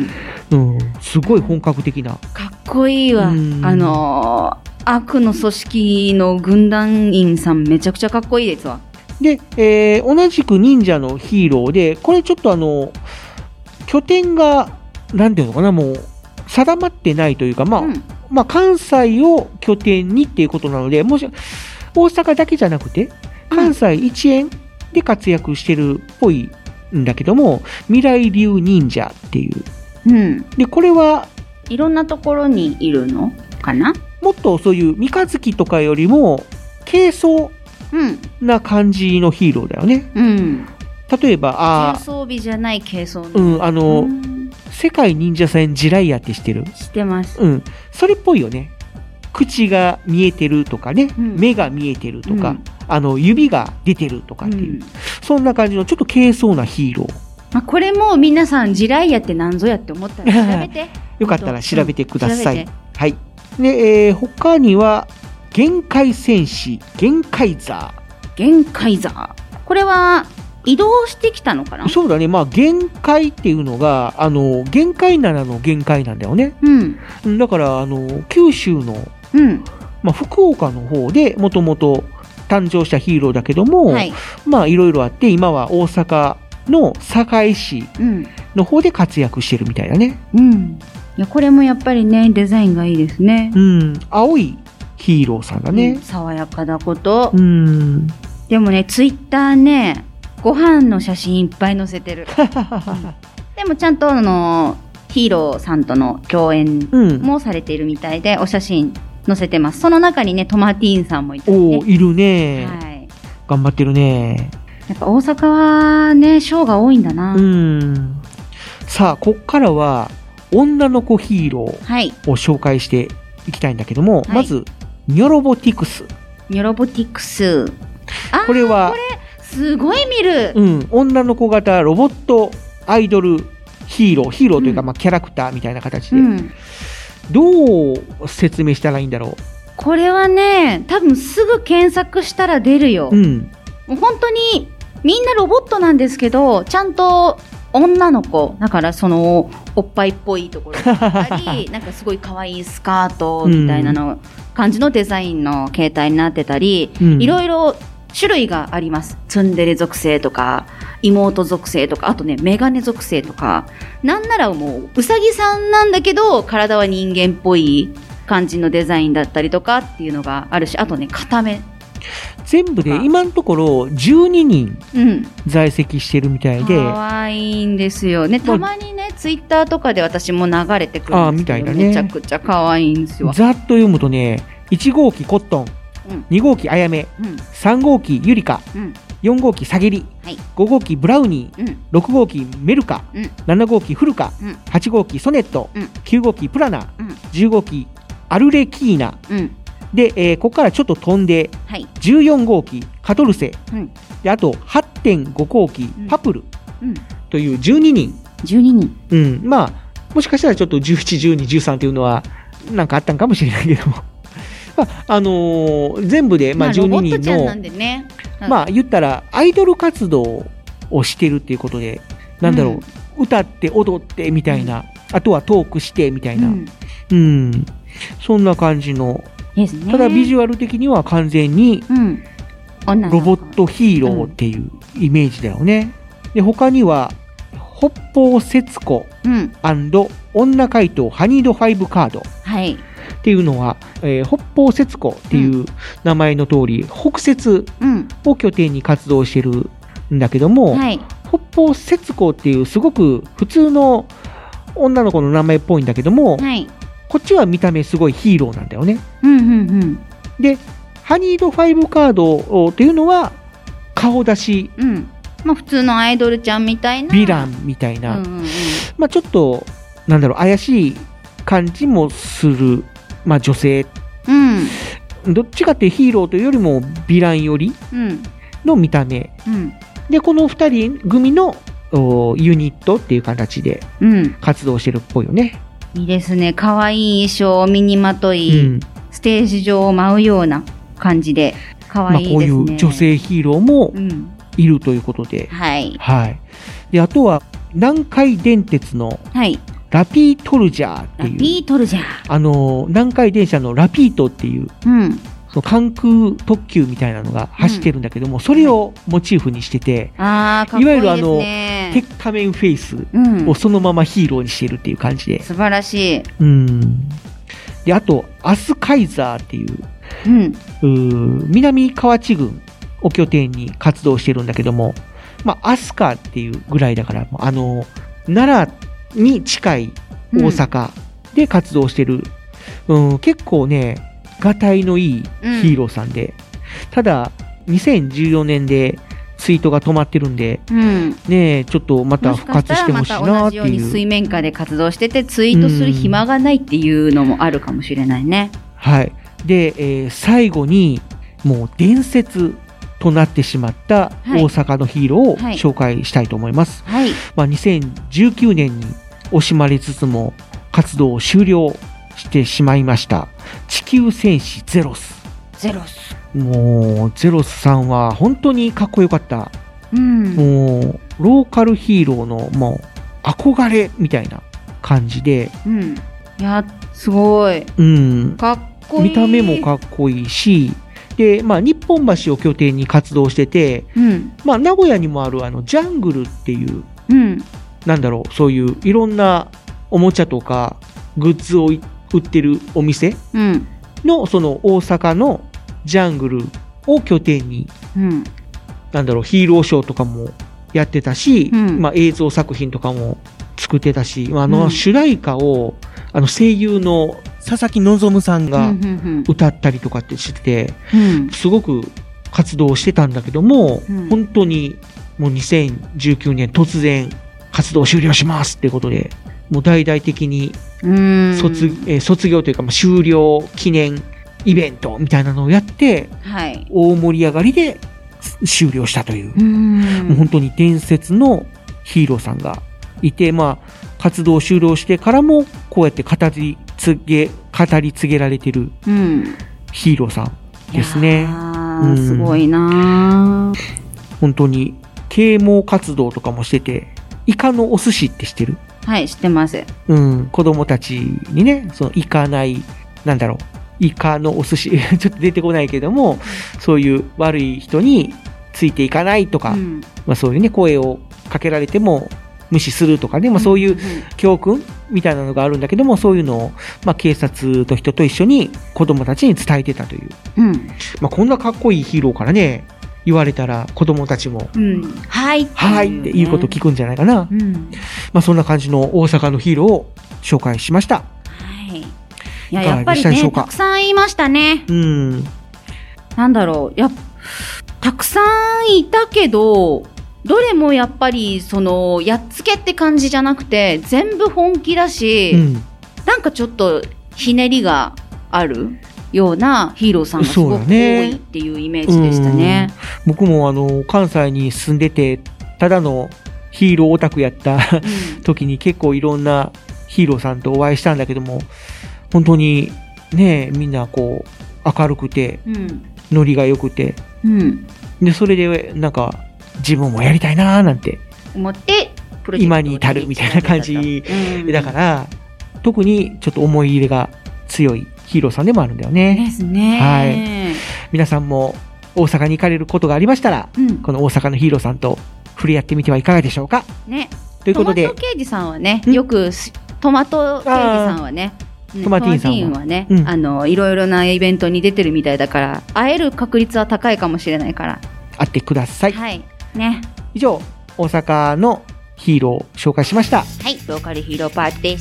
うん、すごい本格的な。 かっこいいわ。あのー、悪の組織の軍団員さんめちゃくちゃかっこいいですわ。 で、えー、同じく忍者のヒーローで、これちょっとあの、拠点が、なんていうのかな、もう、定まってないというか、まあ、うん、まあ、関西を拠点にっていうことなので、もし、大阪だけじゃなくて、関西一円で活躍してるっぽいんだけども、未来流忍者っていう。うん。で、これは、 いろんなところにいるのかな？ もっとそういう三日月とかよりも、軽装な感じのヒーローだよね。うん。例えば、 ああ。軽装備じゃない軽装の。 うん、あの、うん、世界忍者戦ジライアって知ってる？ 知ってます。 うん。それっぽいよね。口が見えてるとかね、うん、目が見えてるとか、うん、あの、指が出てるとかっていう、うん、そんな感じのちょっと軽装なヒーロー。 まあ、これも皆さんジライアって何ぞやって思ったら調べて。 よかったら調べてください。うん、はい。で、えー、他には、限界戦士、限界ザー。限界ザー。これは、移動してきたのかな？ そうだね。まあ、限界っていうのが、あの、限界ならの限界なんだよね。うん。だから、あの、九州の、うん。まあ、福岡の方でもともと誕生したヒーローだけども、はい、まあ、いろいろあって、今は大阪の堺市の方で活躍してるみたいだね。 うん。いや、これもやっぱりね、デザインがいいですね。 うん。青いヒーローさんだね。うん、 爽やかだこと。うん。でもね、ツイッターね、ご飯の写真いっぱい載せてる。うん、でもちゃんとあの、ヒーローさんとの共演もされているみたいで、うん、お写真載せてます。その中にね、トマティーンさんもいて、ね。 おー、いるね。はい。頑張ってるね。 やっぱ大阪はね、ショーが多いんだな。 うん。さあ、こっからは、女の子ヒーローを紹介していきたいんだけども、はい、まず、ニョロボティクス。 ニョロボティクス。あ、 これは、 これ、すごい見る。 うん。女の子型ロボットアイドルヒーロー。ヒーローというか、うん、まあ、キャラクターみたいな形で。うん、どう説明したらいいんだろう。 これはね、多分すぐ検索したら出るよ。うん。もう本当に、みんなロボットなんですけど、ちゃんと女の子。だからその、おっぱいっぽいところだったり、なんかすごい可愛いスカートみたいなの、うん、感じのデザインの形態になってたり、うん、いろいろ種類があります。ツンデレ属性とか、妹属性とか、あとね、メガネ属性とか、なんならもう、うさぎさんなんだけど、体は人間っぽい感じのデザインだったりとかっていうのがあるし、あとね、片目。 全部で今のところじゅうににん在籍してるみたいで、うん、 かわいいんですよね。たまにね、ツイッターとかで私も流れてくるんですけど、あみたいなね、めちゃくちゃかわいいんですよ。 ざっと読むとね、いち号機コットン、うん、に号機あやめ、うん、さん号機ゆりか、うん、よん号機さげり、はい、ご号機ブラウニー、うん、ろく号機メルカ、うん、なな号機フルカ、うん、はち号機ソネット、うん、きゅう号機プラナ、うん、じゅう号機アルレキーナ、うんで、えー、ここからちょっと飛んで、はい、じゅうよん号機カトルセ、うん、であと はちてんご 号機パプル、うん、というじゅうににん。 じゅうににん。 うん。まあ、もしかしたらちょっとじゅうなな、じゅうに、じゅうさんというのはなんかあったんかもしれないけども。まあ、あのー、全部で、まあ、じゅうににんの、まあ、ロボットちゃんなんでね、うん、まあ、言ったらアイドル活動をしてるっていうことで、なんだろう、うん、歌って踊ってみたいな、うん、あとはトークしてみたいな、うん、うん、そんな感じの、ね、ただビジュアル的には完全にロボットヒーローっていうイメージだよね。 で、他には、北方節子、うん、女怪盗ハニードファイブカード。 はい。 っていうのは、えー、北方節子っていう名前の通り、うん、北節を拠点に活動してるんだけども、はい、北方節子っていうすごく普通の女の子の名前っぽいんだけども、はい、こっちは見た目すごいヒーローなんだよね。 うんうんうん、で、 ハニードファイブカードっていうのは顔出し、 うん、まあ、普通のアイドルちゃんみたいなヴィランみたいな、うんうんうん、まあ、ちょっとなんだろう怪しい感じもする、まあ、女性、うん、どっちかってヒーローというよりもヴィラン寄りの見た目、うん、でこのふたり組のユニットっていう形で活動してるっぽいよね、 うん、いいですね。可愛い衣装を身にまとい、うん、ステージ上を舞うような感じで可愛いですね。まあ、こういう女性ヒーローもいるということで、 うん、はい、 はい、であとは南海電鉄の、はい、ラピートルジャーっていう、 ラピートルジャー、 あの南海電車のラピートっていう、うん、その関空特急みたいなのが走ってるんだけども、うん、それをモチーフにしてて、 あー、かっこいいですね。 いわゆるあの鉄仮面フェイスをそのままヒーローにしてるっていう感じで、 素晴らしい。 うん。で、あとアスカイザーっていう、うん、う南河内郡を拠点に活動してるんだけども、まあアスカっていうぐらいだから、あの奈良に近い大阪で活動してる、うんうん、結構ねがたいのいいヒーローさんで、うん、ただにせんじゅうよねんでツイートが止まってるんで、うん、ねえちょっとまた復活してほしいなっていう。もしかしたらまた同じように水面下で活動しててツイートする暇がないっていうのもあるかもしれないね、 うん、はい。で、えー、最後にもう伝説となってしまった大阪のヒーローを紹介したいと思います、はいはい。まあ、にせんじゅうきゅうねんに惜しまれつつも活動を終了してしまいました地球戦士ゼロス。 ゼロス、 もうゼロスさんは本当にかっこよかった、うん、もうローカルヒーローのもう憧れみたいな感じで、 うん、いやすごい、 うん、 かっこいい。 見た目もかっこいいし、で、まあ、日本橋を拠点に活動してて、うん、まあ、名古屋にもあるあのジャングルっていう、うん、なんだろう、そういういろんなおもちゃとかグッズを売ってるお店の、うん、その大阪のジャングルを拠点に、うん、なんだろう、ヒーローショーとかもやってたし、うん、まあ、映像作品とかも作ってたし、あの主題歌を、あの声優の佐々木希さんが歌ったりとかってしてて、うん、すごく活動してたんだけども、うん、本当にもうにせんじゅうきゅうねん突然活動終了しますってことで、もう大々的に 卒,、えー、卒業というか、まあ、終了記念イベントみたいなのをやって、はい、大盛り上がりで終了したという、うーん、もう本当に伝説のヒーローさんがいて、まあ、活動終了してからもこうやって語り継げ、語り継げられてるヒーローさんですね。 うん、すごいな。 本当に啓蒙活動とかもしてて、イカのお寿司って知ってる？ はい、知ってます。 うん、子供たちにね、そのイカない、なんだろう、イカのお寿司ちょっと出てこないけども、そういう悪い人についていかないとか、うん、まあそういうね、声をかけられても無視するとかね、まあそういう教訓みたいなのがあるんだけども、そういうのを、まあ警察の人と一緒に子供たちに伝えてたという。うん、まあこんなかっこいいヒーローからね、言われたら子供たちも、うん、 はい。 はいっていうこと聞くんじゃないかな。うん、まあそんな感じの大阪のヒーローを紹介しました。はい。 いや、やっぱりね、たくさんいましたね。うん。なんだろう、や、たくさんいたけど、どれもやっぱり、その、やっつけって感じじゃなくて、全部本気だし、うん、なんかちょっと、ひねりがあるようなヒーローさんがすごく多いっていうイメージでしたね。 うん、僕もあの、関西に住んでて、ただのヒーローオタクやった時に結構いろんなヒーローさんとお会いしたんだけども、本当にね、みんなこう、明るくて、うん、ノリが良くて、うん、で、それでなんか、自分もやりたいなーなんて思ってプロジェクト今に至るみたいな感じだから、うん、特にちょっと思い入れが強いヒーローさんでもあるんだよね。 ですね。 はい。皆さんも大阪に行かれることがありましたら、うん、この大阪のヒーローさんと触れ合ってみてはいかがでしょうか。 ね。 ということで、 トマト刑事さんはね、よくトマト刑事さんはね、ねトマティーンさんは、 トマティーンはね、 うん、 あのいろいろなイベントに出てるみたいだから、会える確率は高いかもしれないから会ってください。 はいね。 以上、大阪のヒーローを紹介しました。 はい、ローカルヒーローパーティーでした。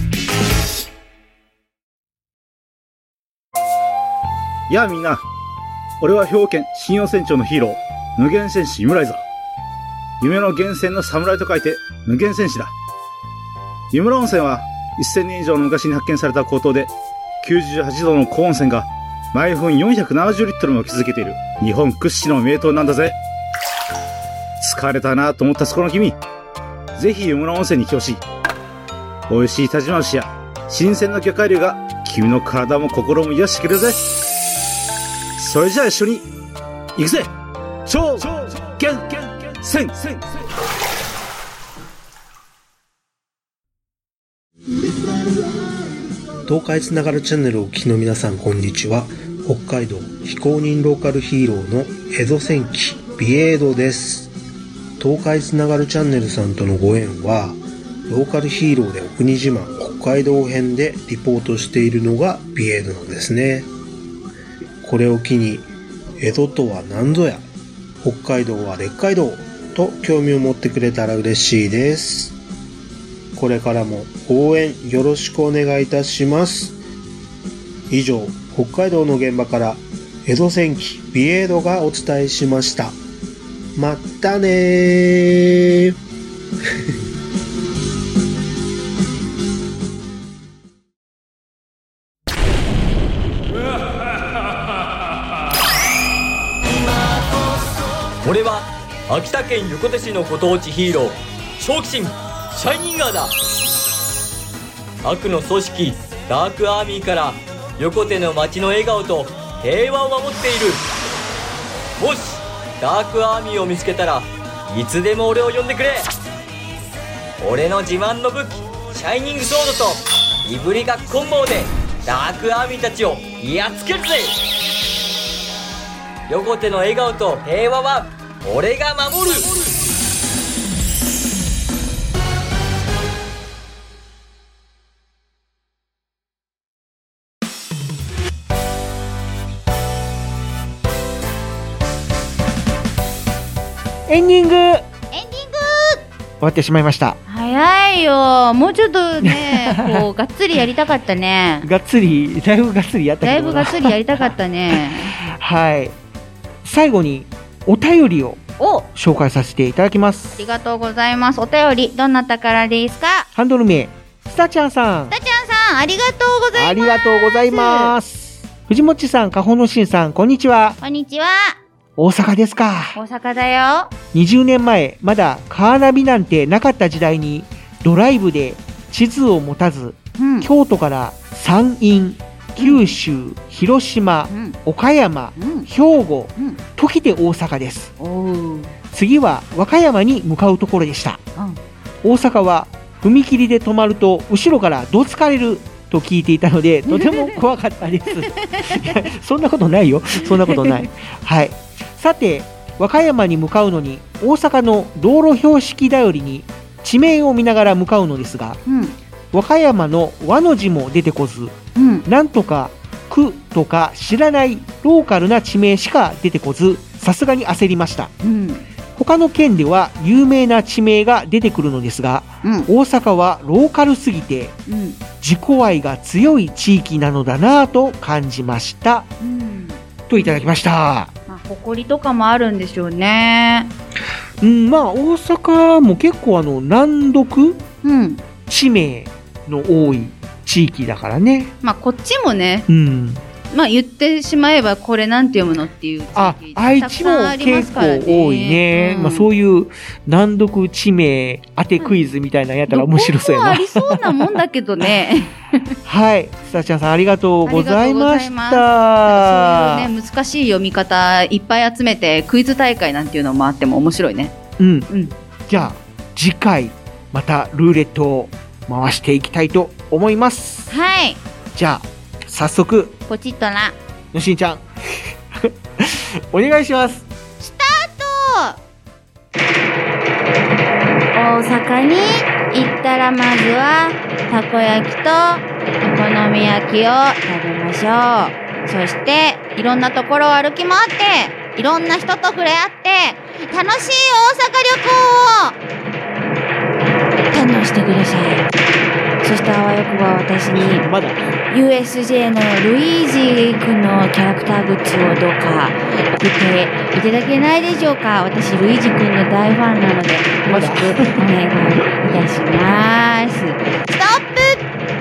やあみんな、俺は兵庫県信用船長のヒーロー、無限戦士ユムライザー。夢の源泉の侍と書いて無限戦士だ。湯村温泉はせんねん以上の昔に発見された坑洞で、きゅうじゅうはちどの高温泉が毎分よんひゃくななじゅうリットルも築けている日本屈指の名湯なんだぜ。疲れたなと思ったそこの君、ぜひ湯村温泉に来てほしい。美味しい田島牛や新鮮な魚介類が君の体も心も癒してくれるぜ。それじゃあ一緒に行くぜ。超厳選東海つながるチャンネルをお聞きの皆さん、こんにちは。北海道非公認ローカルヒーローの江戸戦記ビエードです。東海つながるチャンネルさんとのご縁は、ローカルヒーローでお国自慢北海道編でリポートしているのがビエードなんですね。これを機に、江戸とは何ぞや、北海道は烈海道と興味を持ってくれたら嬉しいです。これからも応援よろしくお願いいたします。以上、北海道の現場から江戸戦記ビエードがお伝えしました。またねー俺は秋田県横手市のご当地ヒーロー、正気神シャイニンガーだ。悪の組織ダークアーミーから横手の街の笑顔と平和を守っている。もしダークアーミーを見つけたらいつでも俺を呼んでくれ。俺の自慢の武器シャイニングソードといぶりがっこん棒でダークアーミーたちをやっつけるぜ。横手の笑顔と平和は俺が守る。 エンディングエンディング終わってしまいました。 早いよ。もうちょっとねこうがっつりやりたかったね。 がっつりだいぶがっつりやったけど、 だいぶがっつりやりたかったねはい、最後にお便りを紹介させていただきます。 ありがとうございます。お便りどんな宝ですか？ ハンドル名スタちゃんさん。 スタちゃんさん、ありがとうございます。 ありがとうございます。藤もちさん、かほのしんさん、こんにちは。 こんにちは。 大阪ですか。 大阪だよ。 にじゅうねんまえ、まだカーナビなんてなかった時代にドライブで地図を持たず、うん、京都から山陰、九州、うん、広島、うん、岡山、うん、兵庫、うん、ときて大阪です。次は和歌山に向かうところでした。うん、大阪は踏切で止まると後ろからどつかれると聞いていたので、とても怖かったです。そんなことないよ。そんなことない。はい。さて、和歌山に向かうのに大阪の道路標識頼りに地名を見ながら向かうのですが、うん、和歌山の和の字も出てこず、うん、なんとか区とか知らないローカルな地名しか出てこず、さすがに焦りました。うん、他の県では有名な地名が出てくるのですが、うん、大阪はローカルすぎて、うん、自己愛が強い地域なのだなぁと感じました、うん、といただきました。 誇りとかもあるんでしょうね。 うん、まあ大阪も結構あの難読、うん、地名の多い地域だからね。 まあこっちもね、 うん、 まあ言ってしまえばこれなんて読むのっていう地域あ愛知も結構多いね。うん、まあそういう難読地名当てクイズみたいなのやったら面白そうやな。 どこもありそうなもんだけどね。 はい、スタちゃんさんありがとうございました。 そういうね難しい読み方いっぱい集めてクイズ大会なんていうのもあっても面白いね。 うん。うん、じゃあ次回またルーレットを回していきたいと思います。 はい。 じゃあ早速ポチッとなのしんちゃんお願いします。 スタート。 大阪に行ったらまずはたこ焼きとお好み焼きを食べましょう。そしていろんなところを歩き回っていろんな人と触れ合って楽しい大阪旅行を堪能してください。そしてあわよくば私に ユーエスジェー のルイージ君のキャラクターグッズをどうか送っていただけないでしょうか。私ルイージ君の大ファンなのでよろしくお願いいたします。ストップ。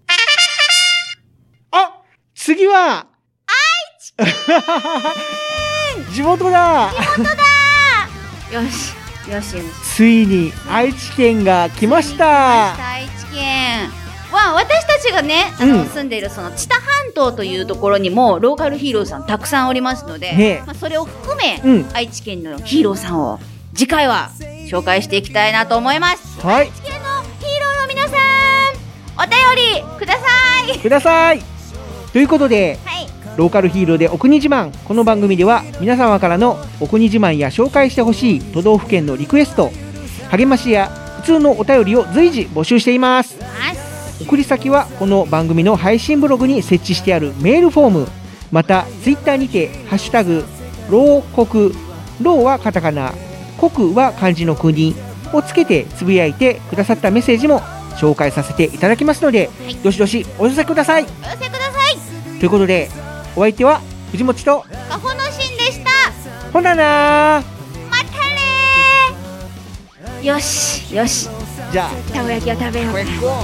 あ、次は愛知県地元だ地元だよしよしよし、 ついに愛知県が来ました。 愛知県は私たちがね、あの、うん、住んでいるその知多半島というところにもローカルヒーローさんたくさんおりますので、ね、まあ、それを含め、うん、愛知県のヒーローさんを次回は紹介していきたいなと思います。 はい、 愛知県のヒーローの皆さんお便りくださいくださいということで、はい、ローカルヒーローでお国自慢。この番組では皆様からのお国自慢や紹介してほしい都道府県のリクエスト、励ましや普通のお便りを随時募集しています。送り先はこの番組の配信ブログに設置してあるメールフォーム、またツイッターにてハッシュタグロー国、ローはカタカナ、国は漢字の国をつけてつぶやいてくださったメッセージも紹介させていただきますので、はい、どしどしお寄せください。 お寄せください。 ということでお相手は藤本とかほのしんでした。 ほなな、 またね。よしよし、 じゃあたこ焼きを食べよう。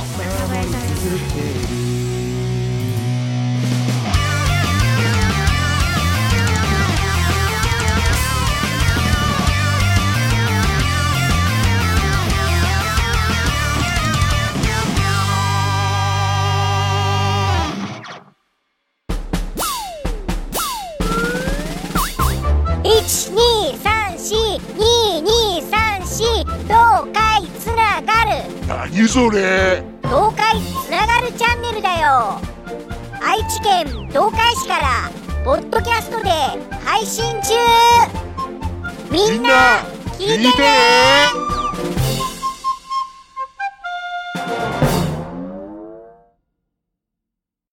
いちにさんしににさんし東海つながる。 何それ？ 東海つながるチャンネルだよ。愛知県東海市からポッドキャストで配信中。みんな聞いてね。